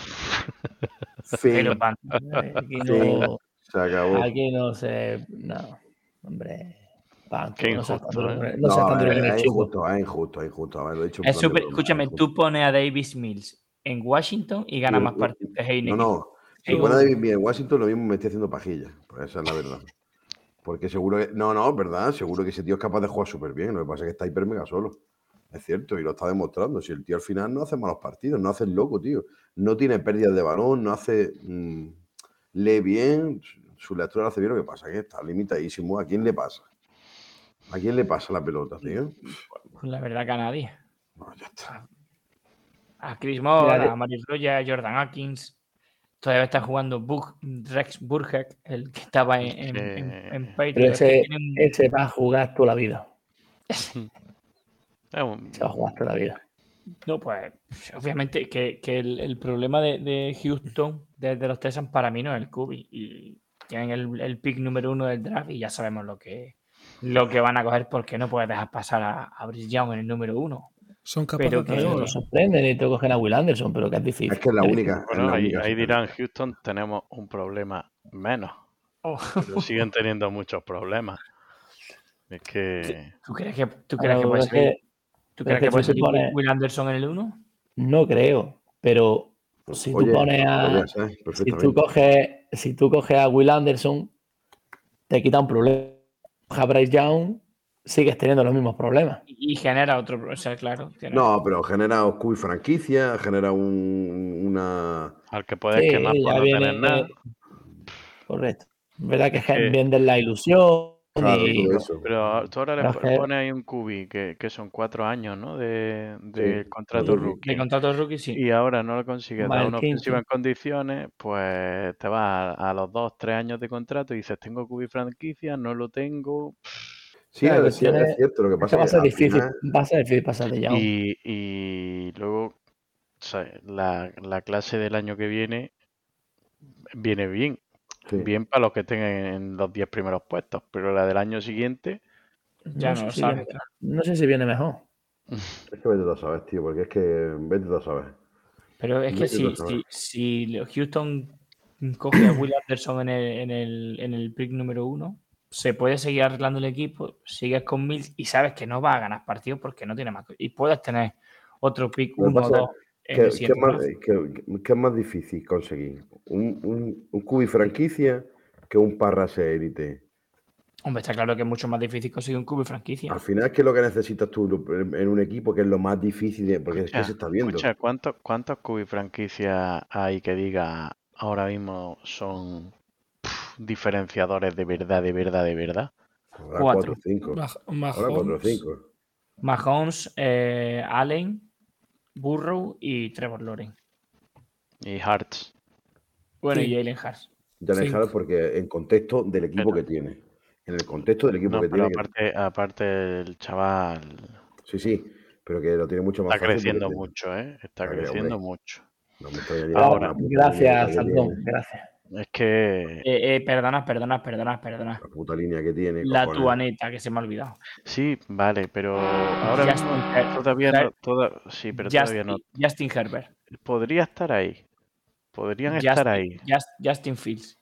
Fin. pero Panda. Aquí Fin. no, Se acabó. aquí no se. No, hombre. Panco, Qué no seas tan injusto, duro ¿eh? con el, no seas No, tan duro es, con el es chico. injusto, es injusto, es injusto. A ver, lo he dicho en Es plan de súper, broma, escúchame, es injusto. tú pones a Davis Mills en Washington y gana Y- más y- partidos que No, Heineken. no. Si pone a David bien en Washington, lo mismo me estoy haciendo pajilla. Pues esa es la verdad. Porque seguro que. No, no, es verdad. Seguro que ese tío es capaz de jugar súper bien. Lo que pasa es que está hiper mega solo. Es cierto, y lo está demostrando. Si el tío al final no hace malos partidos, no hace el loco, tío. No tiene pérdidas de balón, no hace. Mmm, lee bien, su lectura la hace bien. Lo que pasa es que está limitadísimo. ¿A quién le pasa? ¿A quién le pasa la pelota, tío? Pues la verdad que a nadie. No, ya está. A Chris Moore, Mira, a Marius Roya, a Jordan Atkins. Todavía está jugando Bug, Rex Burkhead, el que estaba en, en, en, en Pero Patriots. Es que ese, tienen- ese va a jugar toda la vida. Es un- Se va a jugar toda la vida. No, pues obviamente que, que el, el problema de, de Houston, desde los Texans, para mí no es el Q B. Y tienen el, el pick número uno del draft y ya sabemos lo que, lo que van a coger porque no puedes dejar pasar a, a Bryce Young en el número uno. Son capaces Pero de que- No, hacerlo. nos sorprenden y te cogen a Will Anderson, pero que es difícil. Es que es la única. es Bueno, la ahí, única ahí situación. dirán, Houston tenemos un problema menos, Oh, pero siguen teniendo muchos problemas. Es que ¿Tú crees que, tú crees Ahora, que puede es salir, que- ¿tú es crees que que puede si tú salir Will- pones- Will Anderson en el uno? No creo, pero si tú Oye, pones a. podría ser, Si perfectamente. tú, coges, si tú coges a Will Anderson, te quita un problema. A Bryce Young, sigues teniendo los mismos problemas. Y, y genera otro, o sea, claro. tiene- No, pero genera Q y franquicia, genera un, una. al que puedes Sí, quemar por ya no viene- tener nada. Correcto. Es verdad que, Es que- venden la ilusión. Claro, y- todo eso. Pero tú ahora le Pero po- es que- pones ahí un cubi que, que son cuatro años, ¿no? De, de Sí, contrato de rookie. rookie. De contrato rookie, sí. Y ahora no lo consigues dar Más una el quinto. ofensiva en condiciones, pues te vas a, a los dos, tres años de contrato y dices, tengo cubi franquicia, no lo tengo. Sí, La es, cuestión es es- cierto. Lo que Es pasa que va a es ser que al difícil, final- va a ser difícil pasar de Young. Y, y luego, o sea, la, la clase del año que viene viene bien. sí. Bien para los que estén en los diez primeros puestos, pero la del año siguiente, Ya no sé lo si sabes. viene- no sé si viene mejor. Es que vete tú a saber, tío, porque es que vete tú a saber. Pero es que Vete tú si, a saber. si, si Houston coge a Will Anderson en el, en el, en el pick número uno, se puede seguir arreglando el equipo, sigues con Mills y sabes que no va a ganar partidos porque no tiene más. Y puedes tener otro pick Lo que uno o pasa dos en ¿Qué, el qué siguiente es más, draft. qué- qué es más difícil conseguir? ¿Un, un, un Q B franquicia que un Parrase élite? Hombre, está claro que es mucho más difícil conseguir un cubo franquicia. Al final, ¿qué es lo que necesitas tú en un equipo? Que es lo más difícil, de- porque es que escucha, se está viendo. escucha, ¿cuántos, cuántos cubi franquicias hay que diga ahora mismo son pf, diferenciadores de verdad, de verdad, de verdad? Ahora Cuatro. cuatro o cinco. Mah- Ahora cuatro o Mahomes, cinco. Mahomes, eh, Allen, Burrow y Trevor Lawrence. Y Hearts. Bueno, Sí. y Jalen Hurts. Jalen Cinco. Hurts porque en contexto del equipo Pero- que tiene. En el contexto del equipo No, que pero tiene. que- aparte, aparte el chaval Sí, sí, pero que lo tiene mucho más está fácil. creciendo porque- mucho, ¿eh? Está Está cre- creciendo hombre. mucho. No me extrañaría Ahora, la puta línea Gracias, que Sandón. tiene, Gracias. Es que Eh, eh, perdona, perdona, perdona, perdona. La puta línea que tiene. La cojones. tuaneta, que se me ha olvidado. sí, vale, pero ahora Justin mismo Her- todavía Her- no, toda- sí, pero Justin, todavía no. Justin Herbert. Podría estar ahí. Podrían Justin, estar ahí. Just- Justin Fields.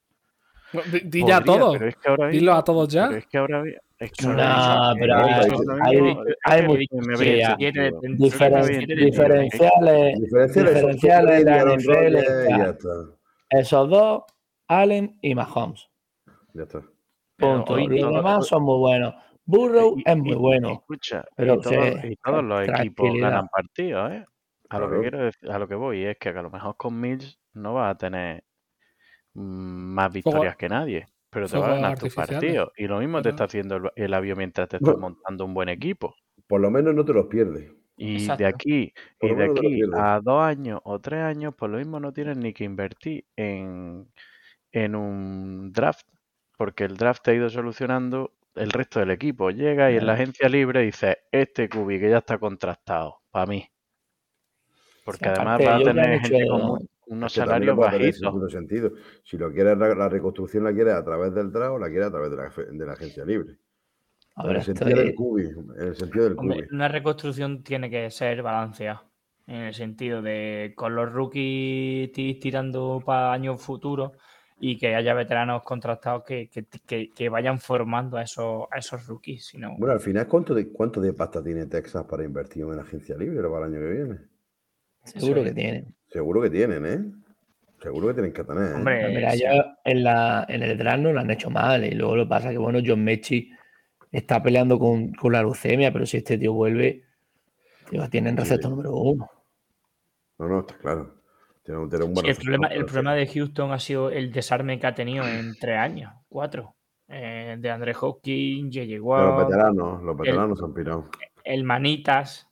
Di, di ya Podría, todo. Pero es que ahora Dilo mismo, a todos ya. pero es que ahora, vi- es que No, ahora No, pero no, hay, pero hay, mismo- hay es muchos que me que habéis ya- entendido. diferen- Creo que había diferenciales, Diferenciales, diferenciales en la Aaron N F L. Rodgers, y ya está está. Esos dos, Allen y Mahomes. Ya está. Pero Punto. hoy Los todo- demás son muy buenos. Burrow Y- es muy y- bueno. Escucha, pero y, todo- se- y todos los equipos tranquilidad. ganan partidos, ¿eh? A lo que Claro. quiero decir, a lo que voy es que a lo mejor con Mills no vas a tener mm, más victorias que nadie, pero te va a fuegos ganar tus artificiales. partidos. Y lo mismo te Claro. está haciendo el, el avión mientras te estás montando un buen equipo. Por lo menos no te los pierdes. Y Exacto. de aquí, Por y lo de menos te lo aquí pierdes. a dos años o tres años, por lo mismo no tienes ni que invertir en, en un draft. porque el draft te ha ido solucionando el resto del equipo. Llega y en la agencia libre dice, este Cubi que ya está contrastado, para mí. Porque además Aparte, va a ellos ya han tener gente hecho- con mu- unos Es que también le salarios puede tener ese bajitos. puto sentido. Si lo quieres, la, la reconstrucción la quieres a través del draft o la quieres a través de la, fe- de la agencia libre. A En ver, el esto sentido del es- cubi. En el sentido del Hombre, cubi. una reconstrucción tiene que ser balanceada. En el sentido de con los rookies ti- tirando para años futuros y que haya veteranos contratados que, que, que- que vayan formando a esos, a esos rookies. Si no, Bueno, al final, ¿cuánto de, cuánto de pasta tiene Texas para invertir en agencia libre para el año que viene? seguro sí. que tienen. Seguro que tienen, ¿eh? Seguro que tienen que tener, ¿eh? Hombre, Pues mira, sí. ya en, la, en el draft no lo han hecho mal. Y luego lo que pasa es que, bueno, John Mechie está peleando con, con la leucemia, pero si este tío vuelve, tío, tienen receptor Sí. número uno. No, no, está claro. Tiene un, tiene un buen Sí, el problema, receptor, el pero problema sí. de Houston ha sido el desarme que ha tenido en tres años, cuatro. Eh, de Andre Hopkins, J J De los Watt, veteranos, los veteranos se han pirado. el Manitas.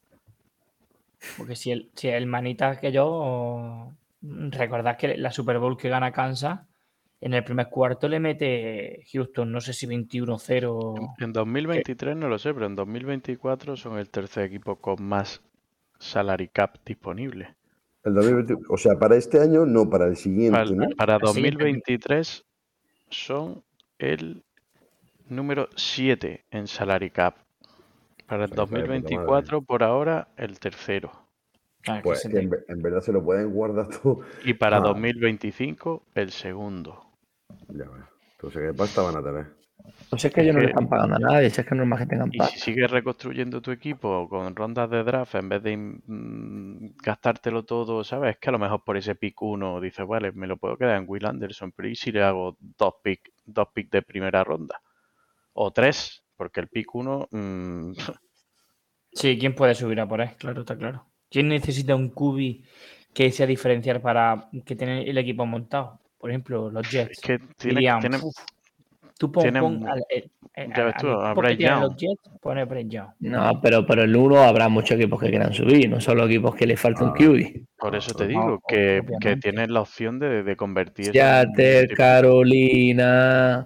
Porque si el, si el Manitas que yo. Recordad que la Super Bowl que gana Kansas, en el primer cuarto le mete Houston, no sé si veintiuno cero. En, en dos mil veintitrés no lo sé, pero en dos mil veinticuatro son el tercer equipo con más salary cap disponible. El dos mil veinte, o sea, para este año, no, para el siguiente, Para, ¿no? para El siguiente. dos mil veintitrés son el número siete en salary cap. Para el O sea, que está de puta dos mil veinticuatro, por ahora, el tercero. Ah, que Pues se que te- en, ve- en verdad se lo pueden guardar todo. Y para Ah, dos mil veinticinco, el segundo. ya ves. Pero o sea, ¿qué pasta van a tener? Pues es que Es ellos no le que- están pagando a nadie, si es que no es más que tengan Y paz. si sigues reconstruyendo tu equipo con rondas de draft en vez de mm, gastártelo todo, ¿sabes? Es que a lo mejor por ese pick uno dices, vale, me lo puedo quedar en Will Anderson, pero ¿y si le hago dos pick, dos pick de primera ronda? O tres, porque el pick uno... mm, Sí, ¿quién puede subir a por ahí? Claro, está claro. ¿Quién necesita un cubi que sea diferencial para que tener el equipo montado? Por ejemplo, los Jets. es que tiene, Dirían, tiene, "Uf, tú pon, tienen pon mu- al, el- el- ya ves al tú, a equipo que Bryce tienen Young. los Jets, pone Bryce Young". No, pero por el uno habrá muchos equipos que quieran subir, no solo equipos que les falta un Ah, Q B. Por Ah, eso te ah, digo o- que, que obviamente. tienes la opción de, de convertir eso en un Seattle, tipo Carolina.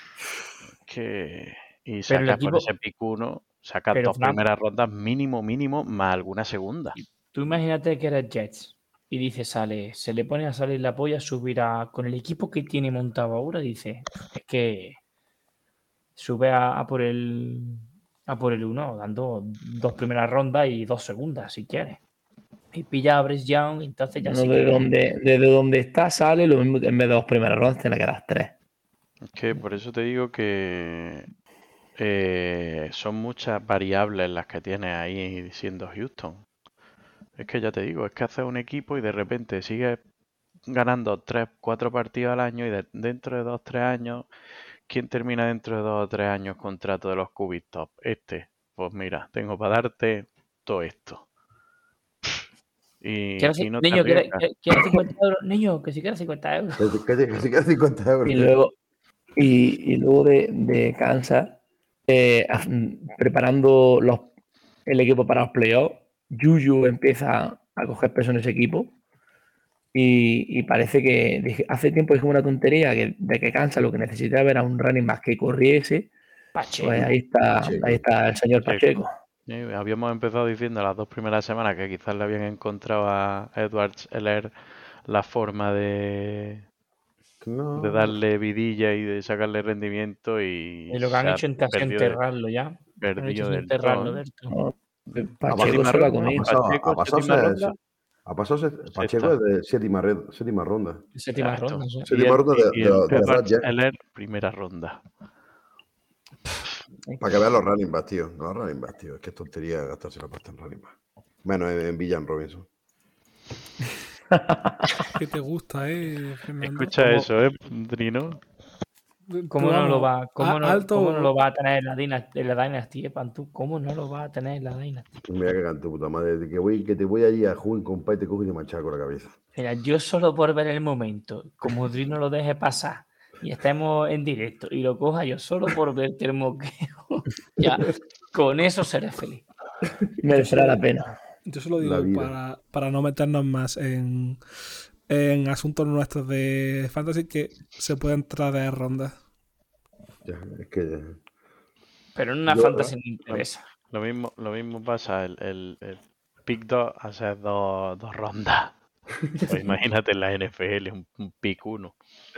que y Pero el sacas por equipo- ese pick uno, sacas pero, dos Fran, primeras rondas mínimo, mínimo, más alguna segunda. tú imagínate que eres Jets y dice, sale, se le pone a salir la polla, subir a, con el equipo que tiene montado ahora, dice, es que sube a, a por el a por el uno, dando dos primeras rondas y dos segundas, si quieres. Y pilla a Bryce Young, entonces ya No, sí de que- donde, desde donde está sale, lo mismo, en vez de dos primeras rondas, tiene que dar tres. Es que por eso te digo que eh, son muchas variables las que tienes ahí siendo Houston. Es que ya te digo, es que haces un equipo y de repente sigues ganando tres, cuatro partidos al año y de- dentro de dos, tres años, ¿quién termina dentro de dos o tres años contrato de los Cubis Top? Este. Pues mira, tengo para darte todo esto. Y, ¿Quieres- y no te niño, ¿quieres, arriesgas. quieres cincuenta euros? Niño, que si quieres cincuenta euros. Que, que, que se queda cincuenta euros. Y luego, y, y luego de, de Kansas, eh, af- preparando los, el equipo para los playoffs, Juju empieza a coger peso en ese equipo. Y, y parece que dije- hace tiempo dije una tontería que, de que Kansas lo que necesitaba era un running back que corriese. Pacheco. Pues ahí está, Pacheco. ahí está el señor Pacheco. Pacheco. Sí, habíamos empezado diciendo las dos primeras semanas que quizás le habían encontrado a Edwards Heller la forma de, No. de darle vidilla y de sacarle rendimiento y, Y lo que han se ha hecho es casi perdido de- enterrarlo ya. Han hecho perdido es del enterrarlo, todo. Berto. ¿no? Ha Pacheco pasado- se lo ha ha comido. pasado, Pacheco, ha pasado séptima se- ronda. ha pasado se- Pacheco Sexta. es de séptima, red- séptima ronda. Séptima Exacto. ronda. sí. Y Séptima el- ronda de- y de- el de Edwards Rad, ya. Heller, primera ronda. Para que vean los running backs, tío. No, los running backs, tío. Es que es tontería gastarse la pasta en running back. Menos en, en Villan Robinson. ¿Qué te gusta, eh, Fernando? Escucha ¿Cómo- eso, ¿eh, Drino? ¿Cómo Pero no lo vamos, va, cómo a- no, alto- cómo no lo va a tener en la Dynasty, en la Dynasty, eh, Pantú? ¿Cómo no lo va a tener en la Dynasty? Pues mira que canto, puta madre. De que, voy, que te voy allí a jugar compa y te cojo y te machaco la cabeza. Mira, yo solo por ver el momento, como Drino lo deje pasar y estemos en directo y lo coja yo solo por verte el moqueo, ya, con eso seré feliz. Merecerá la pena. Yo se lo La digo vida. para, para no meternos más en, en asuntos nuestros de fantasy que se pueden traer rondas. Ya, es que ya. Pero en una Yo, fantasy no interesa. Lo mismo, lo mismo pasa el, el, el pick dos hace dos, dos rondas. Pues imagínate en la N F L, un, un pick uno.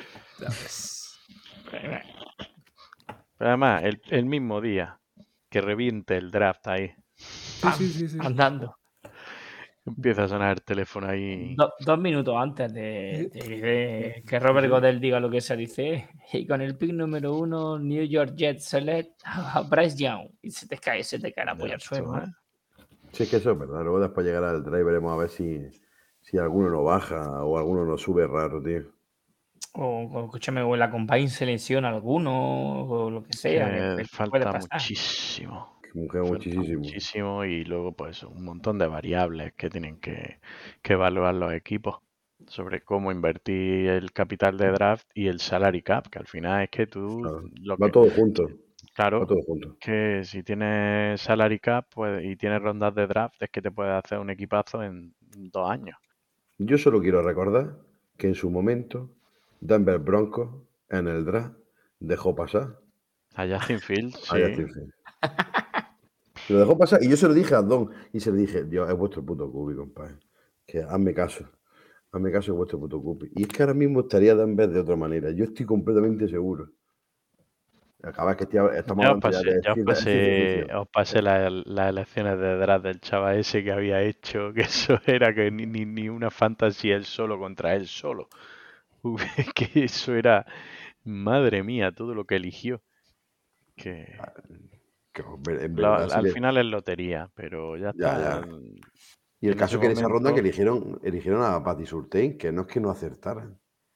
Pero además, el, el mismo día que reviente el draft ahí, Sí, sí, sí, sí. Andando. empieza a sonar el teléfono ahí. Do- dos minutos antes de, de- de que Robert Goodell diga lo que se dice, y con el pick número uno, New York Jets select a Bryce Young. Y se te cae, se te cae la polla al suelo. ¿eh? Sí, es que eso es verdad. Luego después llegará el drive, veremos a ver si, si alguno no baja o alguno no sube raro, tío. O, o, escúchame, o en la combine se lesiona alguno, o lo que sea. Que, Que que puede falta pasar. muchísimo. Que mujer Falta muchísimo. muchísimo y luego pues un montón de variables que tienen que, que evaluar los equipos sobre cómo invertir el capital de draft y el salary cap, que al final es que tú Claro. lo Va que, todo junto. claro, Va todo junto. que si tienes salary cap pues, y tienes rondas de draft es que te puedes hacer un equipazo en dos años. Yo solo quiero recordar que en su momento Denver Broncos en el draft dejó pasar A Justin Fields, a sí. Justin Fields. Se lo dejó pasar y yo se lo dije a Don y se lo dije, Dios, es vuestro puto cubi, compadre. Que hazme caso. Hazme caso, es vuestro puto cubi. Y es que ahora mismo estaría Denver de otra manera. Yo estoy completamente seguro. Acaba que estoy- estamos Ya os hablando ya pasé, de ya os ciencia- ciencia pasé, ficción. os pasé la- las elecciones de draft del chaval ese que había hecho, que eso era que ni, ni, ni una fantasy él solo contra él solo. Uy, que eso era, madre mía, todo lo que eligió. Que Que, hombre, en lo- verdad, sí al que- final es lotería, pero ya Ya, está. ya. Y el En caso ese que en esa ronda que momento, eligieron, eligieron a Patty Surtain, que no es que no acertaran.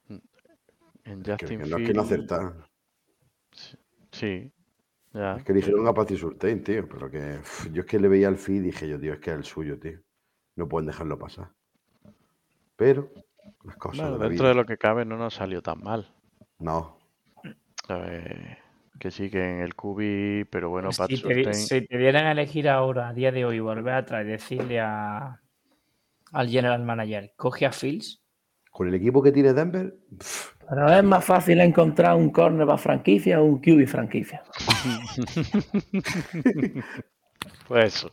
en Que, Justin que no es que no Fields, acertaran. sí, ya. Es que eligieron pero- a Patty Surtain, tío. Pero que uf, yo es que le veía el feed y dije yo, tío, es que es el suyo, tío. No pueden dejarlo pasar. Pero las cosas Bueno, de la dentro vida. de lo que cabe no nos salió tan mal. No. ¿Sabes? Que sí, que en el Q B, pero bueno, Pat Si te, Surtain, si te dieran a elegir ahora, a día de hoy, volver atrás y decirle a, al general manager, coge a Fields, Con el equipo que tiene Denver, pff, Pero es más fácil encontrar un corner para franquicia o un Q B franquicia. pues eso.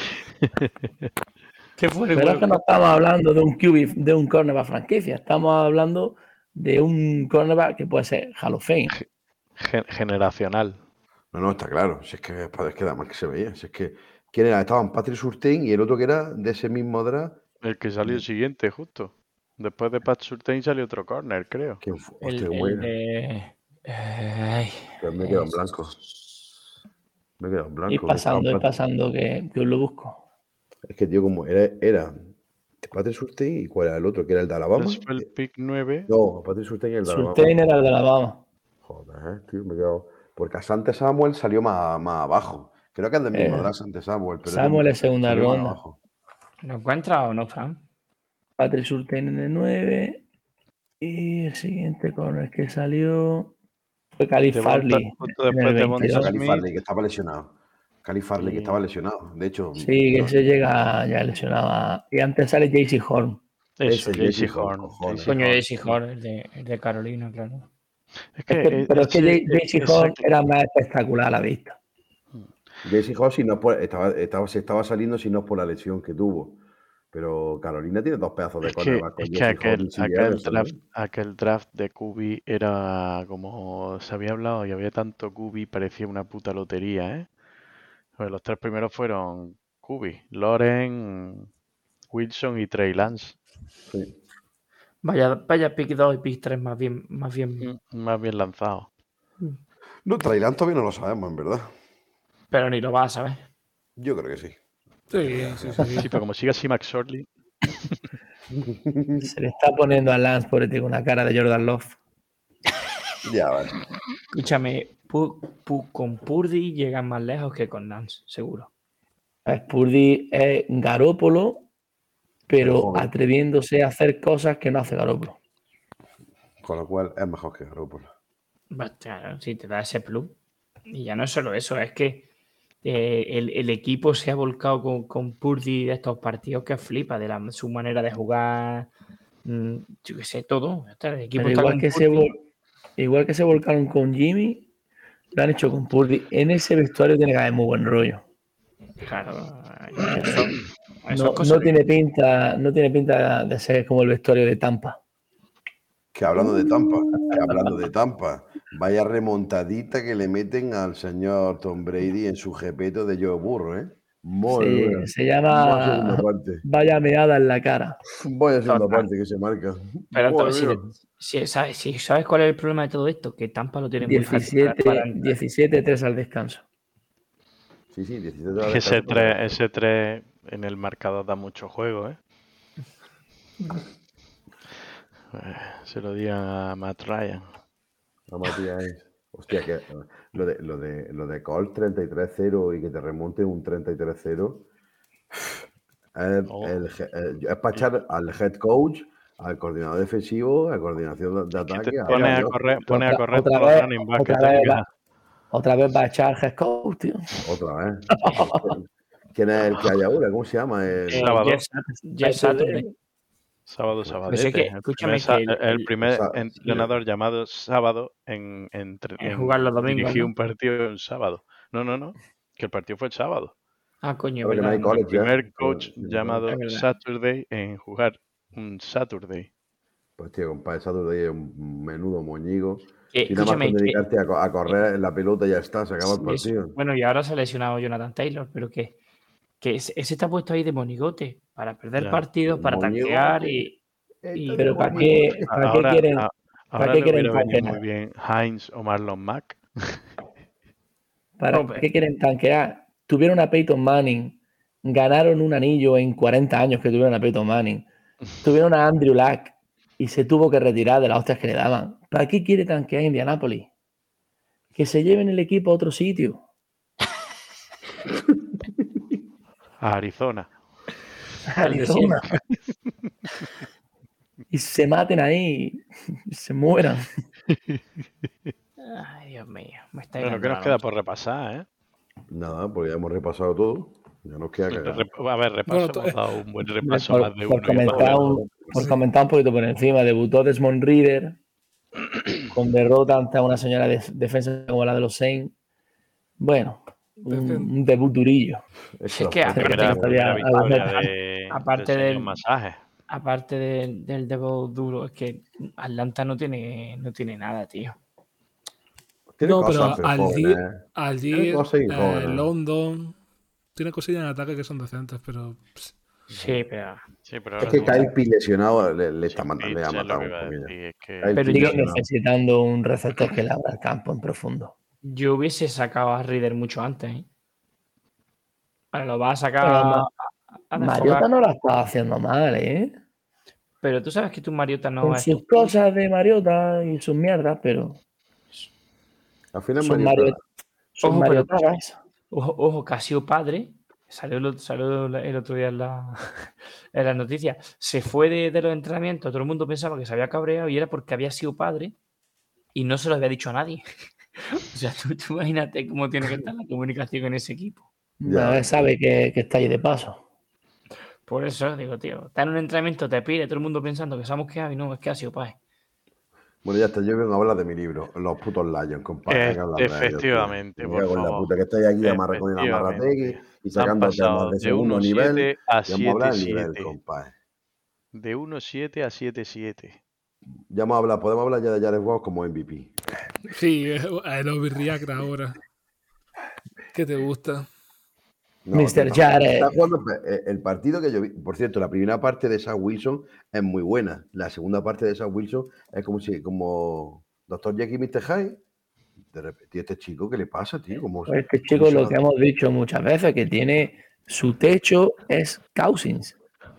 ¿qué fue el Pero es bueno? que no estamos hablando de un Q B, de un corner para franquicia. Estamos hablando de un cornerback que puede ser Hall of Fame. Gen- generacional. no, no, está claro. Si es que, es que además que se veía. Si es que, ¿quién era? Estaban Patrick Surtain y el otro que era de ese mismo draft. El que salió siguiente, justo. Después de Pat Surtain salió otro corner, creo. ¿Quién fue? El, Hostia, el bueno. de... Ay, Que me he quedado en es- blanco. Me he quedado en blanco. Ir que pasando, ir estaban Pat- pasando, que, que os lo busco. Es que, tío, como era, era Patrick Surtain y cuál era el otro, que era el de Alabama. Ese fue el pick nueve. No, Patrick Surtain y el de Alabama. Surtain era el de Alabama. Joder, tío, me he quedado. Porque a Sante Samuel salió más, más abajo. Creo que es del mismo Eh, draft Sante Samuel. Pero Samuel es segunda salió más ronda. abajo. ¿Lo encuentras o no, Fran? Patrick Surtain en el nueve. Y el siguiente corner que salió fue Calif Devonta- Farley. justo en el después de Eso, Devonta veintidós. Cali Smith. Farley, que estaba lesionado. Cali Farley, que Y- estaba lesionado. De hecho, Sí, que no, se llega ya lesionaba. Y antes sale J C Horn. Eso, ese J C J C Horn, Horn. cojones. J C Coño, Horn, J C sí. Horn, el de, el de Carolina, claro. Es que, Es que- e- pero es que ese- J C ese- Horn era más espectacular a la vista. J C Horn si no es por- estaba, estaba, se estaba saliendo si no es por la lesión que tuvo. Pero Carolina tiene dos pedazos de Es que, cornerback con es que J C aquel, Horn y C J aquel Anderson, draft, ¿eh? aquel draft de Q B era como se había hablado y había tanto Q B, parecía una puta lotería, ¿eh? Pues los tres primeros fueron Q B, Loren, Wilson y Trey Lance. Sí. Vaya, vaya pick dos y pick tres más bien, más bien, Mm, Más bien lanzado. No, Trailan todavía no lo sabemos, en verdad. pero ni lo vas a saber. Yo creo que sí. Sí, sí, sí. Sí, pero como sigue así Max Orley, Se le está poniendo a Lance por con una cara de Jordan Love. Ya, vale. Escúchame, Pu- Pu- con Purdy llegan más lejos que con Nance, seguro. Purdy es Garópolo, Pero pero joven. atreviéndose a hacer cosas que no hace Garópolo. Con lo cual es mejor que Garoppolo. Basta, si te da ese plus. Y ya no es solo eso, es que eh, el, el equipo se ha volcado con, con Purdy de estos partidos que flipa, de la, su manera de jugar, mm, yo qué sé, todo. El equipo Pero está igual con que, se Purdy. vol- igual que se volcaron con Jimmy, lo han hecho con Purdy. En ese vestuario tiene que haber muy buen rollo. Claro. Eso, eso No, es cosa no de- tiene pinta, no tiene pinta de ser como el vestuario de Tampa. Que hablando de Tampa, que hablando de Tampa, vaya remontadita que le meten al señor Tom Brady en su jepeto de Joe Burrow, ¿eh? Muy Se, buena. se Vaya segunda llama parte. Vaya meada en la cara. Vaya segunda Total. parte que se marca. Pero Madre si, mía. si sabes, si sabes cuál es el problema de todo esto, que Tampa lo tiene muy fácil para, para entrar. diecisiete tres al descanso. Sí, sí, diecisiete de la Ese descanso, tres, pero- ese tres en el marcador da mucho juego, ¿eh? Eh, Se lo digan a Matt Ryan. La Matías es- Hostia, que eh, lo de, lo de, lo de Colt treinta y tres cero y que te remonte un treinta y tres cero es, Oh. el je- eh, es para echar al head coach, al coordinador defensivo, a coordinación de, de Es que ataque. te a- pones a Dios, correr, pones a Otra- correr otra todos los vez- running backs que otra vez tengas. va- Otra vez va a echar head coach, tío. Otra vez. ¿Quién es el que hay ahora? ¿Cómo se llama? El, Eh, Sábado. Jeff Sat- Jeff Saturday. Sábado Pues, Sabadete. sé que- el escúchame primer, sa- que el- el el- primer Sa- entrenador llamado Sábado en, en, tre- En en jugar los domingos, dirigir ¿no? un partido un sábado. No, no, no. Que el partido fue el sábado. Ah, coño, Claro que no verdad. hay ¿no? college El ya. primer Que- coach que no llamado Es verdad. Saturday en jugar un Saturday. Pues tío, compadre, Saturday es un menudo moñigo. Que, Y nada más escúchame, con que- dedicarte a, co- a correr en la pelota y ya está, se acaba el Sí, partido. eso. Bueno, y ahora se ha lesionado Jonathan Taylor, pero que, que ese, ese está puesto ahí de monigote para perder Ya. partidos, para Monigote. tanquear y. y- Pero ¿para qué, ¿para qué Ahora, quieren? a- ¿para ahora qué le quieren hubiera venido tanquear? muy bien Hines o Marlon Mack. ¿Para Hombre. qué quieren tanquear? Tuvieron a Peyton Manning, ganaron un anillo en cuarenta años que tuvieron a Peyton Manning. Tuvieron a Andrew Luck y se tuvo que retirar de las hostias que le daban. ¿Para qué quiere tanquear Indianapolis? Que se lleven el equipo a otro sitio. A Arizona. Arizona. Y se maten ahí. Y se mueran. Ay, Dios mío. Me está Bueno, llegando ¿qué la nos queda noche. por repasar, eh? Nada, porque ya hemos repasado todo. Ya nos queda cagar. Rep- A ver, repaso, Bueno, to- hemos dado un buen repaso por, más de por uno. y comentar otro. un, por comentar un poquito por encima, debutó Desmond Reader con derrota ante una señora de, defensa como la de los Saints. Bueno, un, un debut durillo. Si es que Eso, aparte- Primera, que primera había- victoria había- de, aparte del señor del- masaje. Aparte de- del debut duro, es que Atlanta no tiene, no tiene nada, tío. Tiene No, cosas, pero pero allí, jóvenes, ¿eh? allí Tiene cosas y eh, jóvenes. London tiene cosillas en ataque que son decentes, pero pss, Sí, pero. Sí, pero Es ahora que no- Kyle Pitts lesionado le, le, sí, está man- Pitts le ha es lo matado que un iba a poquillo. decir, es que- Kyle Pero Pitts Sigue lesionado. necesitando un receptor que le abra el campo en profundo. Yo hubiese sacado a Reader mucho antes, ¿eh? Ahora lo vas a sacar Pero a, Ma- a Mariota desfogar, no la está haciendo mal, ¿eh? pero tú sabes que tu Mariota no Con es. sus cosas de Mariota y sus mierdas, pero Al final, son Mariota, Mariota. Son Ojo, pero- Mariotadas. Ojo, ojo, que ha sido padre. Salió, el- salió el otro día en, la, en las noticias. Se fue de, de los entrenamientos. Todo el mundo pensaba que se había cabreado y era porque había sido padre y no se lo había dicho a nadie. O sea, tú, tú imagínate cómo tiene que estar la comunicación en ese equipo. Ya. No, él sabe que, que está ahí de paso. Por eso digo, tío, está en un entrenamiento, te pide, todo el mundo pensando que se ha mosqueado y no, es que ha sido padre. Bueno, ya está, yo vengo a hablar de mi libro, Los putos Lions, compadre. Eh, hay que hablar de ellos, tío. efectivamente, Me por cago en la favor. puta, que estáis aquí amarra con el Efectivamente. amarrategui y Han sacando pasado temas de de segundo uno nivel. siete a Y vamos a hablar del siete nivel, siete. compadre. De uno siete a siete siete. Ya vamos a hablar, podemos hablar ya de Jared Goff como M V P. sí, eh, el overreact ahora. ¿Qué te gusta? No, mister está- Jared. está jugando eh, el partido que yo vi. Por cierto, la primera parte de Zach Wilson es muy buena. La segunda parte de Zach Wilson es como si, como doctor Jekyll y mister Hyde. De repente, ¿y este chico qué le pasa, tío? ¿Cómo, Este cómo chico, se lo va- que hemos dicho muchas veces, que tiene su techo es Cousins.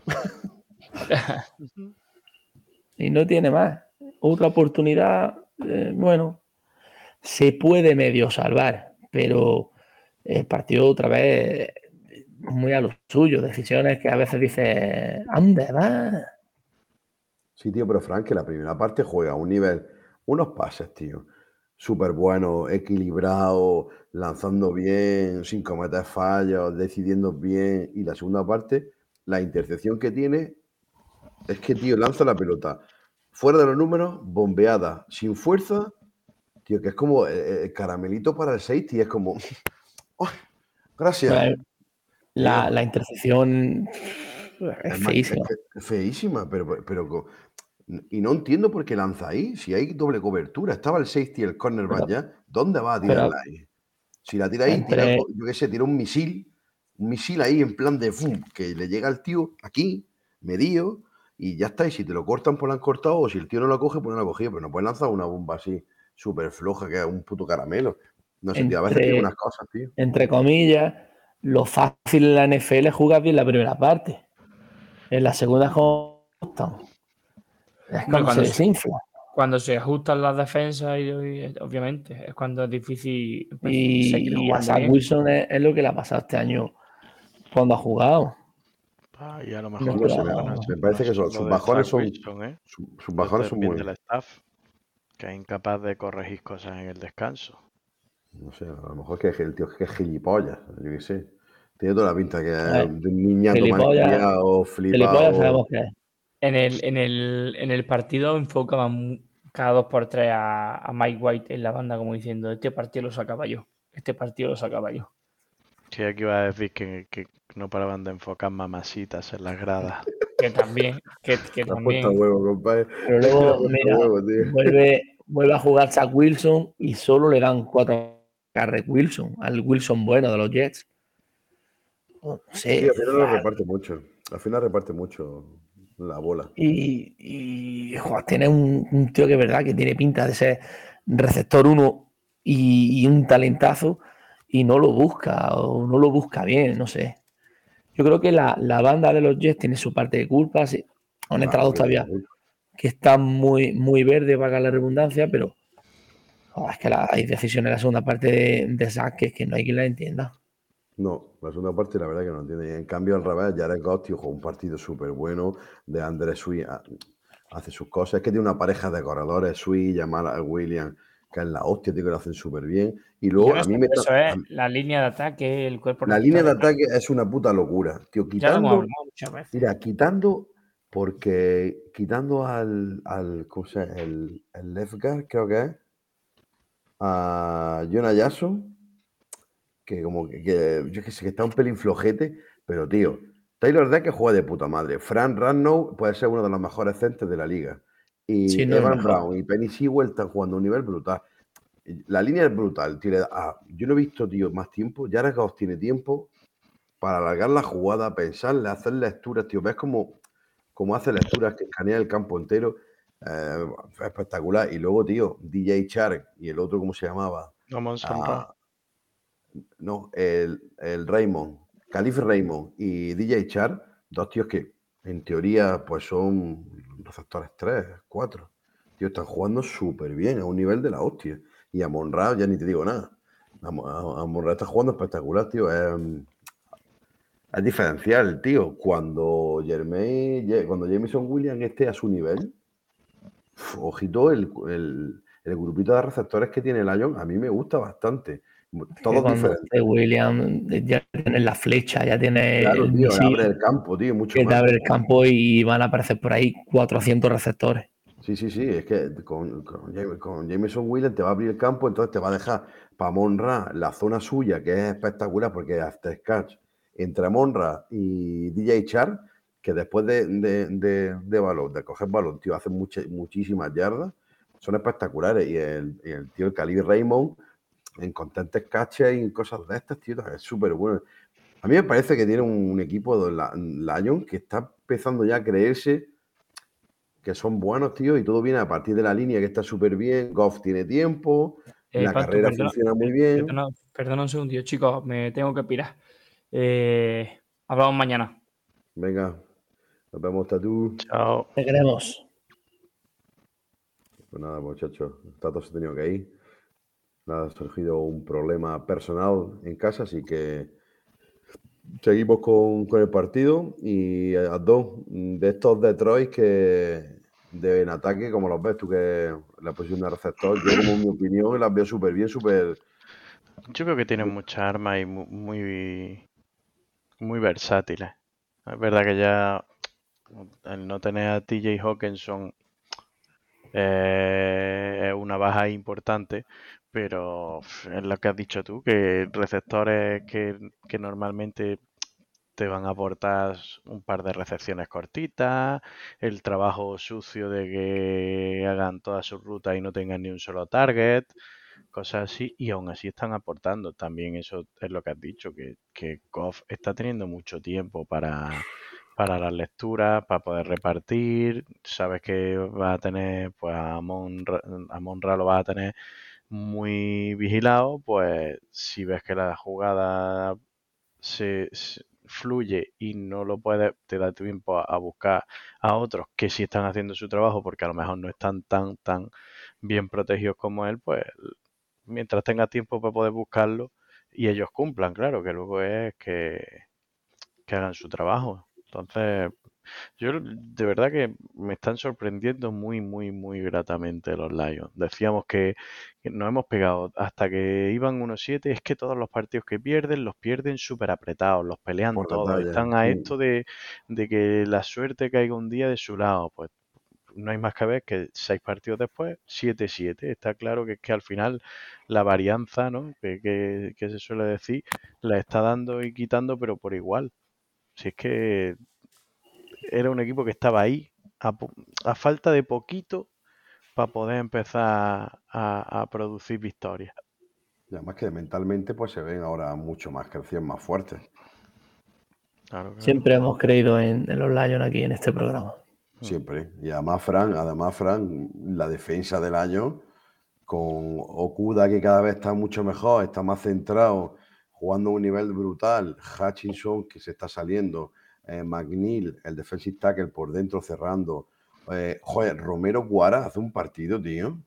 Y no tiene más. Otra oportunidad, eh, bueno, se puede medio salvar, pero el partido otra vez muy a lo suyo. Decisiones que a veces dice, ¿dónde va? Sí, tío, pero Frank, que la primera parte juega a un nivel, unos pases, tío, súper buenos, equilibrados, lanzando bien, sin cometer fallos, decidiendo bien. Y la segunda parte, la intercepción que tiene es que, tío, lanza la pelota fuera de los números, bombeada, sin fuerza, Tío, que es como eh, el caramelito para el safety, es como... ¡Oh, gracias! Bueno, la, Tío, la intercepción es es, más- es feísima. que es feísima, pero, pero, co- y no entiendo por qué lanza ahí. Si hay doble cobertura, estaba el safety y el cornerback Pero, ya. ¿Dónde va a pero tirarla ahí? Si la tira ahí, tira, entre, co- yo qué sé, tira un misil, un misil ahí en plan de ¡fum! Que le llega al tío aquí, medido, y ya está. Y si te lo cortan, pues lo han cortado, o si el tío no lo coge, pues no lo ha cogido. Pero no puedes lanzar una bomba así, súper floja, que es un puto caramelo. No sé, tío, a veces tiene entre, unas cosas, tío. entre comillas, lo fácil en la N F L es jugar bien la primera parte. En la segunda es como es Hombre, cuando se cuando se, desinfla. cuando se ajustan las defensas, y, y- obviamente, es cuando es difícil empe- seguir Y, y a jugando Zach bien. Wilson es, es lo que le ha pasado este año cuando ha jugado. Ah, y a lo No, mejor No sé, no, me, no, me no parece que son, solo sus de bajones Zach son, Wilson, ¿eh? su- sus Puede bajones ser son bien muy, del staff, que es incapaz de corregir cosas en el descanso. no sé, a lo mejor que el tío es que es gilipollas, yo qué sé. Tiene toda la pinta que a es ver, de un niñato gilipollas, malcriado, gilipollas flipado. sabemos que es. En el, en el, en el partido enfocaban mu- cada dos por tres a, a Mike White en la banda, como diciendo: este partido lo sacaba yo, este partido lo sacaba yo. Sí, aquí iba a decir que, que no paraban de enfocar mamacitas en las gradas. Que también, que, que Te has puesto a también. huevo, compadre. Pero Es que te has luego, puesto a mira, huevo, tío. vuelve, vuelve a jugar Zach Wilson y solo le dan cuatro carries Wilson, al Wilson bueno de los Jets. No Sí, sé. al final lo reparte mucho. Al final reparte mucho la bola. Y, y joder, tiene un, un tío que es verdad que tiene pinta de ser receptor uno y, y un talentazo y no lo busca o no lo busca bien, no sé. Yo creo que la, la banda de los Jets tiene su parte de culpa. Sí. Han Claro entrado que tiene todavía culpa. que están muy, muy verdes, valga la redundancia, pero joder, es que la, hay decisiones en la segunda parte de, de Zach que, que no hay quien la entienda. No, la segunda parte la verdad que no entiende. En cambio, al revés, Jared Goff, tío, jugó un partido súper bueno de Andrés Swift. ha- Hace sus cosas. Es que tiene una pareja de corredores, Swift, Jamal Williams, que es la hostia, tío, que lo hacen súper bien. Y Yo luego no a sé, mí me pero está... eso a es mí- la línea de ataque, el cuerpo La línea de receptor. ataque es una puta locura, tío. Ya lo hemos Quitando, hablado muchas veces. mira, quitando, porque quitando al, al ¿cómo se llama? El, el left guard, creo que es, a Jonah Jackson, que como que, que- yo que sé, que está un pelín flojete, pero tío, Taylor Deck que juega de puta madre. Fran Radnow puede ser uno de los mejores centros de la liga. Y Si no el Evan mejor. Brown y Penny Sewell están jugando a un nivel brutal. La línea es brutal, tío. le da- ah, yo no he visto, tío, más tiempo. Jared Goff tiene tiempo para alargar la jugada, pensarle, hacer lecturas, tío. ¿Ves cómo, cómo hace lecturas que escanea el campo entero? Eh, espectacular. Y luego, tío, D J Chark y el otro, ¿cómo se llamaba? No, Monson Ra. Ah, no, el, el Raymond, Calif Raymond y D J Chark, dos tíos que en teoría pues son receptores tres, cuatro. Tío, están jugando súper bien, a un nivel de la hostia. Y a Monra ya ni te digo nada. A, a, a Monra está jugando espectacular, tío. Es, es diferencial, tío. Cuando Jermaine, cuando Jameson Williams esté a su nivel, uf, ojito, el, el, el grupito de receptores que tiene Lion, a mí me gusta bastante. Que Todos cuando diferentes. esté William ya tienes la flecha, ya tienes Claro, el tío, misil abre el campo, tío, mucho que te más. abre el campo y van a aparecer por ahí cuatrocientos receptores. Sí, sí, sí, es que con, con, Jame- con Jameson Williams te va a abrir el campo, entonces te va a dejar para Monra la zona suya, que es espectacular porque es after catch entre Monra y D J Char, que después de, de, de, de balón, de coger balón, tío, hacen muchas, muchísimas yardas, son espectaculares. Y el, y el tío, el Cali Raymond, en contentes catches y cosas de estas, tío, es súper bueno. A mí me parece que tiene un, un equipo de la- Lions que está empezando ya a creerse que son buenos, tío, y todo viene a partir de la línea que está súper bien. Goff tiene tiempo, Eh, la Pantu, carrera perdona, funciona muy per- bien. perdona, perdona un segundillo, chicos, me tengo que pirar. Eh, hablamos mañana. Venga, nos vemos, Tatú. Chao. Te queremos. Pues nada, muchachos, Tato se ha tenido que ir. Nada, ha surgido un problema personal en casa, así que seguimos con, con el partido. Y a dos de estos Detroit que de ataque, como los ves tú, que la posición de receptor, yo como mi opinión las veo súper bien, súper... Yo creo que tienen muchas armas y mu- muy, muy versátiles. Es verdad que ya el no tener a T J Hawkinson eh, es una baja importante, pero es lo que has dicho tú, que receptores que, que normalmente te van a aportar un par de recepciones cortitas, el trabajo sucio de que hagan todas sus rutas y no tengan ni un solo target, cosas así, y aún así están aportando. También eso es lo que has dicho, que, que Goff está teniendo mucho tiempo para, para las lecturas, para poder repartir. Sabes que va a tener, pues a Monra, a Monra lo va a tener muy vigilado, pues si ves que la jugada se, se fluye y no lo puedes, te da tiempo a, a buscar a otros que sí están haciendo su trabajo porque a lo mejor no están tan, tan bien protegidos como él, pues mientras tenga tiempo para poder buscarlo y ellos cumplan, claro, que luego es que, que hagan su trabajo. Entonces, yo de verdad que me están sorprendiendo muy, muy, muy gratamente los Lions. Decíamos que, que nos hemos pegado hasta que iban uno siete, es que todos los partidos que pierden, los pierden súper apretados, los pelean Por la todos, talla. están a Mm. esto de, de que la suerte caiga un día de su lado. Pues no hay más que ver que seis partidos después, siete siete. Está claro que es que al final la varianza, ¿no? Que, que, que se suele decir, la está dando y quitando, pero por igual. Si es que era un equipo que estaba ahí, a, po- a falta de poquito, para poder empezar a, a producir victorias. Y además que mentalmente pues se ven ahora mucho más crecidos, más fuertes. Claro, claro. Siempre hemos creído en, en los Lions aquí en este programa. Siempre. Y además, Fran, además, Fran, la defensa del año, con Okuda que cada vez está mucho mejor, está más centrado, jugando a un nivel brutal, Hutchinson que se está saliendo, eh, McNeil, el defensive tackle por dentro cerrando. Eh, joder, Romero Guara hace un partido, tío.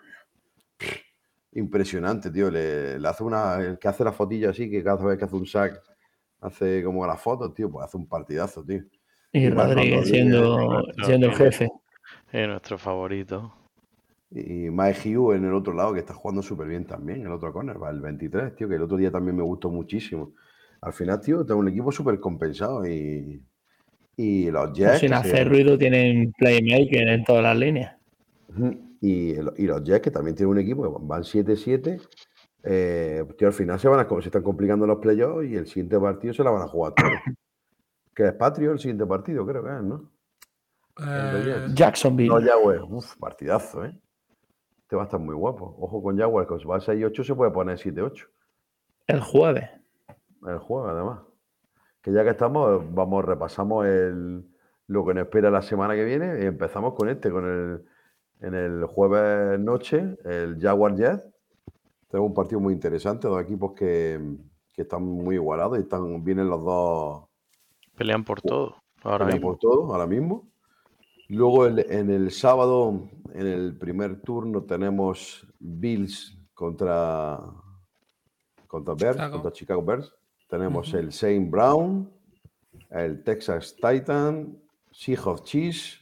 Impresionante, tío. Le, le hace una. El que hace la fotilla así, que cada vez que hace un sack, hace como la foto, tío, pues hace un partidazo, tío. Y, Y Marlon Rodríguez Rodríguez, siendo, nuestro- siendo el y jefe. Es nuestro favorito. Y Mike Hugh en el otro lado, que está jugando súper bien también, el otro corner, el veintitrés, tío, que el otro día también me gustó muchísimo. Al final, tío, tengo un equipo súper compensado y, y los O Jets. sin que hacer se- ruido tienen playmaker en todas las líneas. Ujú. y, el- y los Jets, que también tienen un equipo que van siete siete. Eh, tío, al final se van a, se están complicando los playoffs y el siguiente partido se la van a jugar todos. Que es Patriot el siguiente partido, creo que es, ¿no? El de Eh, Jets. Jacksonville. No, Jaguars. Uf, partidazo, ¿eh? Este va a estar muy guapo. Ojo con Jaguars, que si va a seis ocho se puede poner siete ocho. El jueves. El juego, además. Que ya que estamos, vamos, repasamos el, lo que nos espera la semana que viene y empezamos con este, con el en el jueves noche, el Jaguar Jet. Tenemos un partido muy interesante, dos equipos que, que están muy igualados y están, vienen los dos Pelean por todo. Ahora pelean mismo. por todo ahora mismo. Luego el- en el sábado, en el primer turno, tenemos Bills contra, contra Bears, Chicago. contra Chicago Bears. Tenemos Ujú. el Saint Brown, el Texas Titan, Seahawks Chiefs,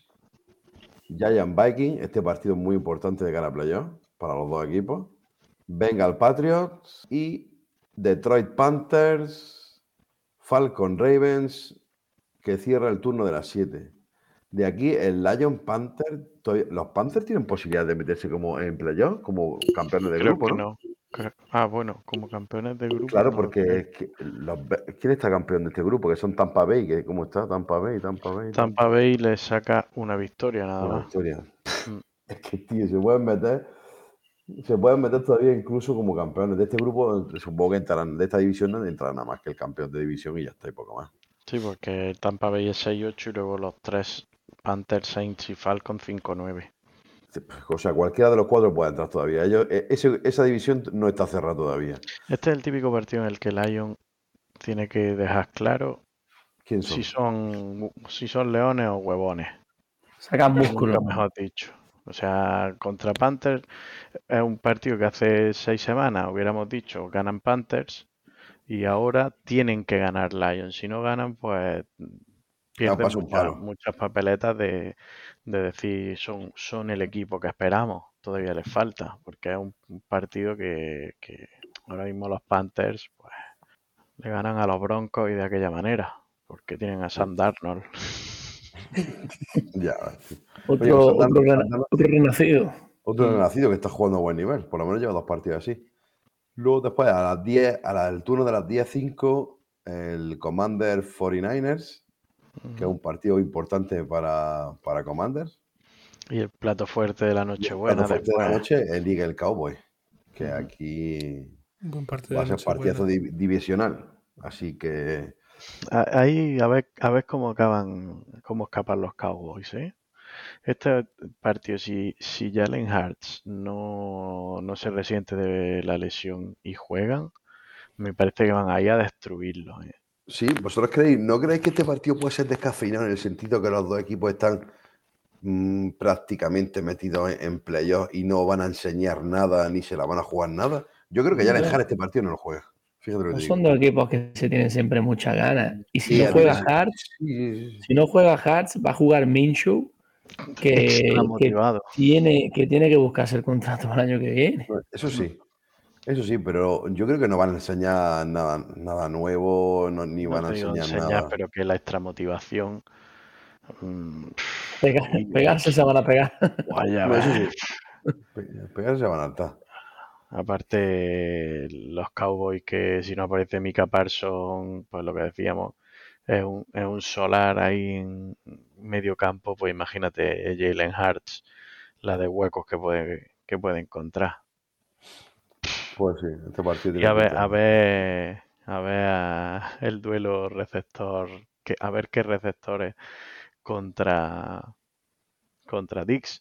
Giant Viking. Este partido es muy importante de cara a playoff para los dos equipos. Bengal Patriots y Detroit Panthers, Falcon Ravens, que cierra el turno de las siete. De aquí, el Lion Panther, todavía- los Panthers tienen posibilidad de meterse como en playoff, como campeones de Creo grupo, que ¿no? no. Creo- Ah, bueno, como campeones de grupo. Claro, no lo porque sé. es que los Be- ¿quién está campeón de este grupo? Que son Tampa Bay, que ¿cómo está? Tampa Bay, Tampa Bay, Tampa Tampa Bay le saca una victoria nada Una más. victoria. Mm. Es que, tío, se pueden meter, se pueden meter todavía incluso como campeones de este grupo. Supongo que entrarán de esta división, no entrará nada más que el campeón de división y ya está, y poco más. Sí, porque Tampa Bay es seis ocho y luego los tres Panthers, Saints y Falcons cinco nueve. O sea, cualquiera de los cuatro puede entrar todavía. Ellos, eh, ese- esa división no está cerrada todavía. Este es el típico partido en el que Lion tiene que dejar claro ¿Quién son? si son si son leones o huevones. Sacan músculo. Nunca mejor dicho. O sea, contra Panthers es un partido que hace seis semanas hubiéramos dicho ganan Panthers y ahora tienen que ganar Lions. Si no ganan, pues pierden paso un muchas, palo. muchas papeletas de, de decir son, son el equipo que esperamos. Todavía les falta, porque es un, un partido que, que ahora mismo los Panthers pues le ganan a los Broncos y de aquella manera, porque tienen a Sam Darnold. Ya. Otro, Oye, Santana, otro, rena- Santana, otro renacido. otro Mm. renacido que está jugando a buen nivel. Por lo menos lleva dos partidos así. Luego después a las diez, a la, el turno de las diez cinco, el Commander cuarenta y nueve ers, que es un partido importante para, para Commanders. Y el plato fuerte de la Y el Nochebuena plato fuerte de la después. noche, el Eagle Cowboy, que Ujú. aquí Un buen partido va a de ser partidazo Nochebuena. div- divisional. Así que A- Ahí a ver, a ver cómo acaban, cómo escapan los Cowboys, ¿eh? Este partido, si, si Jalen Hurts no, no se resiente de la lesión y juegan, me parece que van ahí a destruirlo, ¿eh? sí, vosotros creéis, ¿no creéis que este partido puede ser descafeinado en el sentido que los dos equipos están mm, prácticamente metidos en, en playoffs y no van a enseñar nada ni se la van a jugar nada? Yo creo que Jalen No. Hurts este partido no lo juega. Fíjate lo que No te son digo. dos equipos que se tienen siempre muchas ganas. Y si Sí, no a juega división. Hurts, Sí, sí, sí. si no juega Hurts, va a jugar Minshew, que, Extra que motivado. tiene, que tiene que buscarse el contrato para el año que viene. Eso sí, eso sí, pero yo creo que no van a enseñar nada, nada nuevo, no- ni No van a te digo enseñar enseñar, nada. pero que la extra motivación. mm, Pega- y- pegarse se van a pegar. Vaya, No, eso ves. sí, pe- pegarse van a hartar. Aparte, los Cowboys que si no aparece Micah Parsons, pues lo que decíamos, es un, es un solar ahí en medio campo, pues imagínate Jalen Hurts, la de huecos que puede, que puede encontrar. Pues sí, este partido Y tiene a ver, pinta. a ver, a ver a- el duelo receptor, que, a ver qué receptores contra, contra Dix.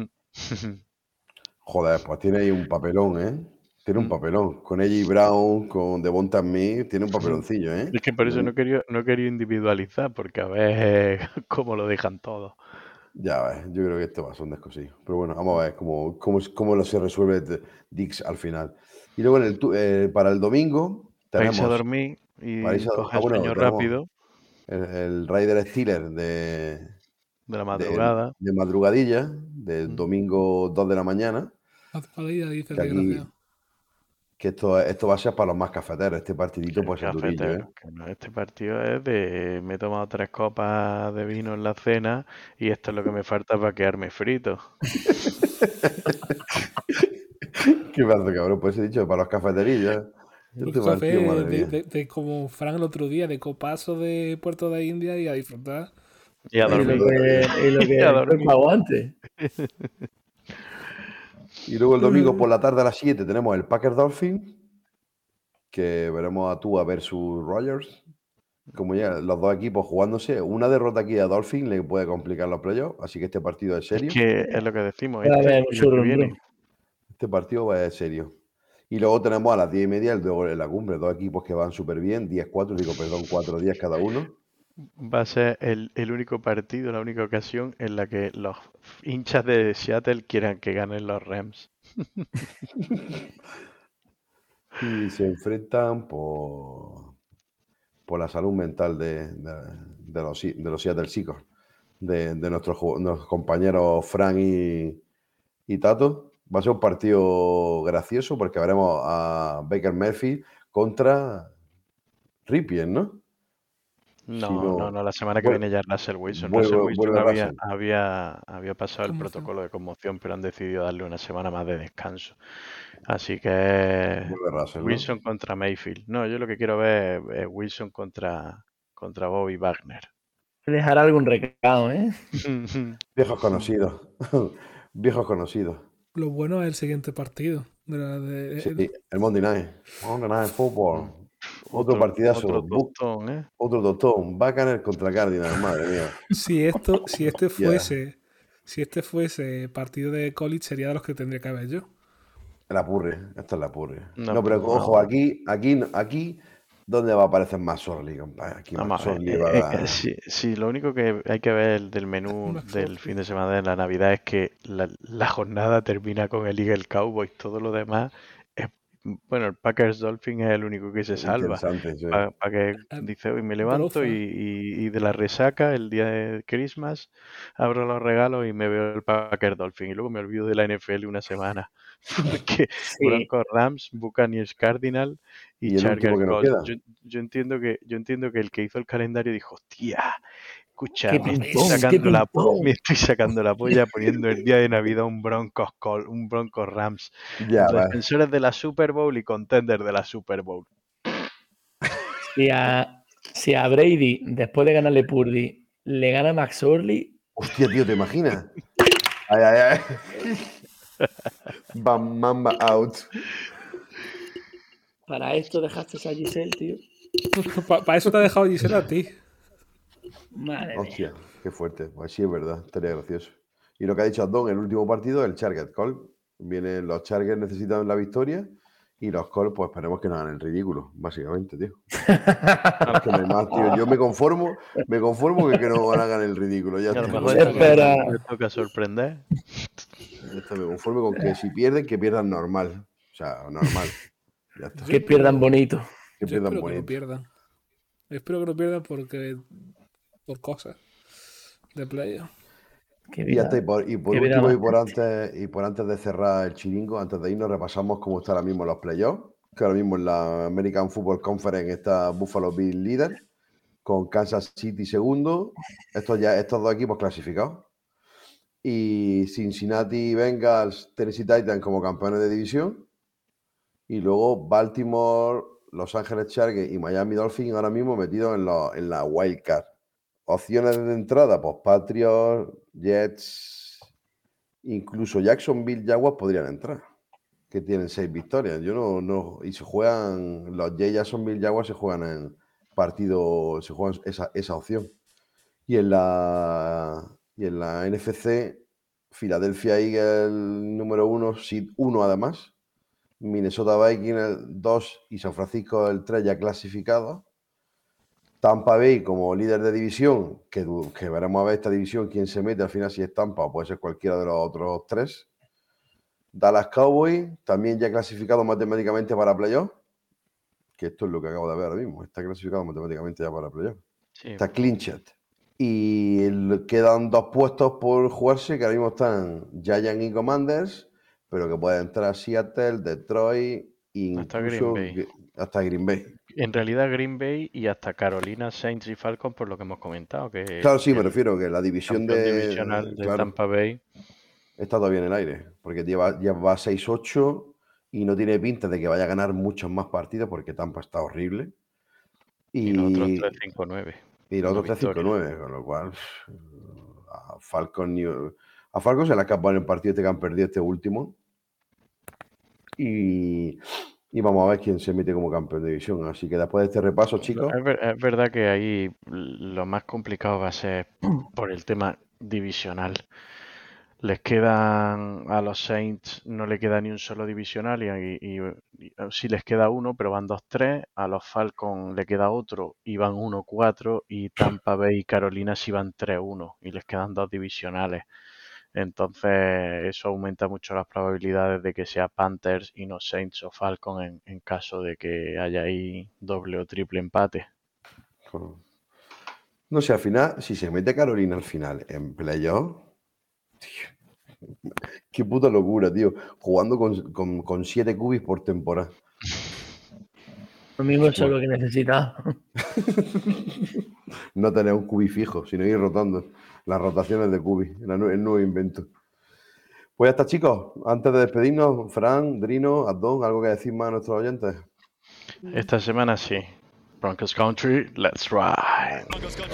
Joder, pues tiene ahí un papelón, ¿eh? Tiene un Mm. papelón. Con A J Brown, con Devonta Smith, tiene un papeloncillo, ¿eh? Es que por eso no quería, no quería individualizar, porque a ver cómo lo dejan todo. Ya ves, yo creo que esto va a ser un descosillo. Pero bueno, vamos a ver cómo, cómo, cómo lo se resuelve de- Dix al final. Y luego en el, tu- eh, para el domingo Para irse a tenemos, dormir y para irse a- ah, coger bueno, sueño tenemos rápido el, el Raider Steelers de, de la de, madrugada. de madrugadilla, del Mm. domingo dos de la mañana. Madrugadilla, dice el Que aquí, desgraciado. que esto, esto va a ser para los más cafeteros. Este partidito Qué puede ser durillo, ¿eh? cafetero, que no, este partido es de me he tomado tres copas de vino en la cena y esto es lo que me falta para quedarme frito. Qué pedazo, cabrón. Pues he dicho, para los cafeterillos. Un Este café partido, madre de, mía. de- de como Fran el otro día, de copazo de Puerto de India y a disfrutar. Y a Ahí Y lo dormir. que, y lo que Y a el dormir. cuerpo aguante. Y luego el domingo por la tarde a las siete tenemos el Packers Dolphins, que veremos a Tua versus Rogers. Como ya los dos equipos jugándose, una derrota aquí a Dolphins le puede complicar los playoffs, así que este partido es serio. Es que es lo que decimos, Puede haber este y mucho lo que rum viene. rum. Este partido va a ser serio. Y luego tenemos a las diez y media el de la cumbre, dos equipos que van súper bien, diez cuatro, digo, perdón, cuatro diez cada uno. Va a ser el, el único partido, la única ocasión en la que los hinchas de Seattle quieran que ganen los Rams. Y se enfrentan por, por la salud mental de, de, de los, de los Seattle Seahawks, de, de nuestros, ju- nuestros compañeros Frank y, y Tato. Va a ser un partido gracioso porque veremos a Baker Mayfield contra Ripien, ¿no? No, Si no, no, no, la semana que vuel- viene ya es Russell Wilson. vuelve- Russell Wilson vuelve había, Russell. había, había pasado el Conmoción. protocolo de conmoción, pero han decidido darle una semana más de descanso. Así que Vuelve Russell, ¿no? Wilson contra Mayfield. No, yo lo que quiero ver es, es Wilson contra, contra Bobby Wagner. Dejar algún recado, ¿eh? Viejos conocidos. Viejos conocidos. Lo bueno es el siguiente partido. De la, de, Sí, el- el Monday Night. Monday Night Football. Otro partidazo. Otro Bu- tostón, ¿eh? Otro doctor. Buccaneers contra Cardinals, madre mía. si esto, si este Ya. fuese, si este fuese partido de college, sería de los que tendría que haber yo. La purre. Esta es la purre. No, No, pero no. ojo, aquí, aquí, aquí, ¿dónde va a aparecer más Sorli, compadre? Aquí Vamos más a ver, Sorli eh, va a eh, dar- sí, sí, lo único que hay que ver del menú Una del foto. fin de semana de la Navidad es que la, la jornada termina con el Eagle Cowboys. Todo lo demás es, bueno, el Packers Dolphins es el único que se salva. Interesante, sí. Para que Ah, dice, hoy me levanto broza. y, y- y de la resaca el día de Christmas abro los regalos y me veo el Packers Dolphins y luego me olvido de la N F L una semana. Porque Sí. Broncos Rams, Buccaneers Cardinal y, Y el último Chargers que nos Colts. queda. Yo, yo entiendo que yo entiendo que el que hizo el calendario dijo, hostia, Escucha, Qué me estoy, pintón, qué sacando la, pintón. me estoy sacando la polla poniendo el día de Navidad un Broncos Col, un Broncos Rams. Ya, va. Defensores de la Super Bowl y contenders de la Super Bowl. Si a, si a Brady, después de ganarle Purdy, le gana Max Orley, Hostia, tío, ¿te imaginas? Ay, ay, ay. Bam, mamba out. para esto dejaste a Giselle, tío. Para eso te ha dejado Gisela a ti. Madre mía. Hostia, qué fuerte. Pues sí, es verdad, estaría gracioso. Y lo que ha dicho Adón, el último partido, el Chargers Colts. Vienen los Chargers, necesitan la victoria. Y los Colts, pues esperemos que no hagan el ridículo, básicamente, tío. Es que no hay más, tío. Yo me conformo, me conformo que, que no hagan el ridículo. Ya Y a lo está. mejor Se esta espera. me toca sorprender. Ya está, me conformo con que si pierden, que pierdan normal. O sea, normal. Ya está. Que pierdan bonito. Que Yo pierdan espero que no bonito. pierdan. Espero que no pierdan porque. Por cosas. De playoff. Qué Y vida. ya está, y por, y por qué vida último, y más por, antes, y por antes de cerrar el chiringo, antes de irnos, repasamos cómo está ahora mismo los playoffs. Que ahora mismo en la American Football Conference está Buffalo Bills líder, con Kansas City segundo. Estos, ya, estos dos equipos clasificados. Y Cincinnati Bengals, Tennessee Titans como campeones de división. Y luego Baltimore, Los Ángeles Chargers y Miami Dolphins ahora mismo metidos en, los- en la wild card. Opciones de entrada, pues Patriots, Jets, incluso Jacksonville Jaguars podrían entrar, que tienen seis victorias. Yo no, no, y se juegan, los Jacksonville Jaguars se juegan en partido, se juegan esa, esa opción. Y en la y en la N F C, Philadelphia Eagles número uno, seed uno además, Minnesota Vikings el dos y San Francisco el tres ya clasificados. Tampa Bay como líder de división, que, du- que veremos a ver esta división quién se mete al final, si es Tampa o puede ser cualquiera de los otros tres. Dallas Cowboys, también ya clasificado matemáticamente para playoff, que esto es lo que acabo de ver ahora mismo, está clasificado matemáticamente ya para playoff. Sí, Está clinched. Y el- quedan dos puestos por jugarse, que ahora mismo están Giants y Commanders, pero que pueden entrar Seattle, Detroit, Hasta incluso Green Bay. Gr- hasta Green Bay. En realidad Green Bay y hasta Carolina, Saints y Falcons, por lo que hemos comentado, que Claro, sí, me el refiero que la división campeón de, divisional de claro, Tampa Bay. está todavía en el aire, porque lleva, lleva seis ocho y no tiene pinta de que vaya a ganar muchos más partidos porque Tampa está horrible. Y, los otros Y, tres cinco nueve. y los una otros tres cinco victoria. nueve, con lo cual a Falcon, ni- a Falcon se le acabó en el partido este que han perdido este último. Y, y vamos a ver quién se mete como campeón de división. Así que después de este repaso, chicos, Es, ver- es verdad que ahí lo más complicado va a ser por el tema divisional. Les quedan a los Saints, no le queda ni un solo divisional y, y- y- sí les queda uno, pero van dos tres. A los Falcons le queda otro y van uno cuatro. Y Tampa Bay y Carolina sí van tres uno y les quedan dos divisionales. Entonces eso aumenta mucho las probabilidades de que sea Panthers y no Saints o Falcons en, en caso de que haya ahí doble o triple empate. con- no sé, al final, si se mete Carolina al final en playoff, tío, qué puta locura, tío. Jugando con, con, con siete cubis por temporada. Lo mismo eso es lo que necesita. No tener un cubi fijo, sino ir rotando. Las rotaciones de cubi, la nue- el nuevo invento. Pues ya está, chicos. Antes de despedirnos, Fran, Drino, Adón, ¿algo que decir más a nuestros oyentes? Esta semana sí. Broncos Country, let's ride.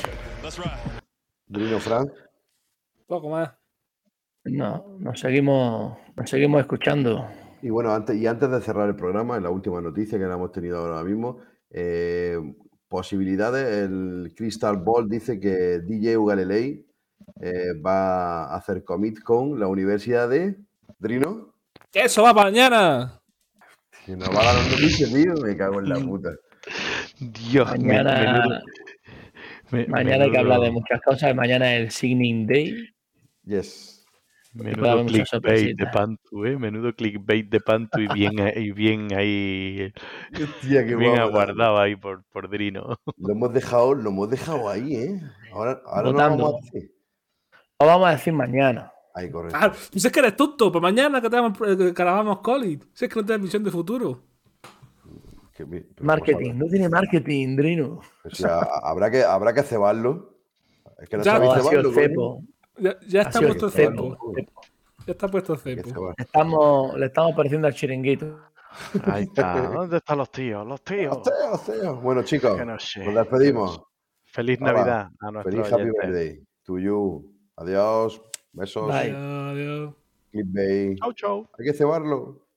Drino, Fran. Poco más. No, nos seguimos, nos seguimos escuchando. Y bueno, antes, y antes de cerrar el programa, en la última noticia que la hemos tenido ahora mismo, eh, posibilidades, el Crystal Ball dice que D J Ugalelei eh, va a hacer commit con la Universidad de Drino. ¡Que eso va mañana! Que nos va a dar las noticias, tío, me cago en la puta. Dios, me- Mañana, menudo, me- mañana hay que hablar de menudo- muchas cosas. Mañana es el Signing Day. Yes. puede Menudo haber muchas clickbait de sorpresitas. Pantu, ¿eh? Menudo clickbait de Pantu y bien, y bien ahí, Hostia, qué bien guapo. aguardado ahí por, por Drino. Lo hemos dejado, lo hemos dejado ahí, ¿eh? Ahora, ahora no lo Votando. vamos a decir. Lo vamos a decir mañana. Ahí, correcto. Ah, si es que eres tonto, para mañana que, tenemos, que grabamos Collins. Si es que no tienes visión de futuro. Que mi- pero, por Marketing. favor, No tiene marketing, Drino. o sea, habrá que, habrá que cebarlo. Es que no Ya- sabéis No, ha sido cebarlo, el coño. cepo. Ya, ya Ha está sido el puesto el cepo. cepo. Ya está puesto el Hay que cepo. cebar. Estamos, le estamos pareciendo al chiringuito. Ahí está. ¿Dónde están los tíos? Los tíos. Hostia, hostia. Bueno, chicos, Que no sé. nos despedimos. Feliz Hala, Navidad a nuestros Feliz Happy oyentes. Birthday to you. Adiós. Besos. Bye. Adiós, adiós. Clickbait. Chau, chau. Hay que cebarlo.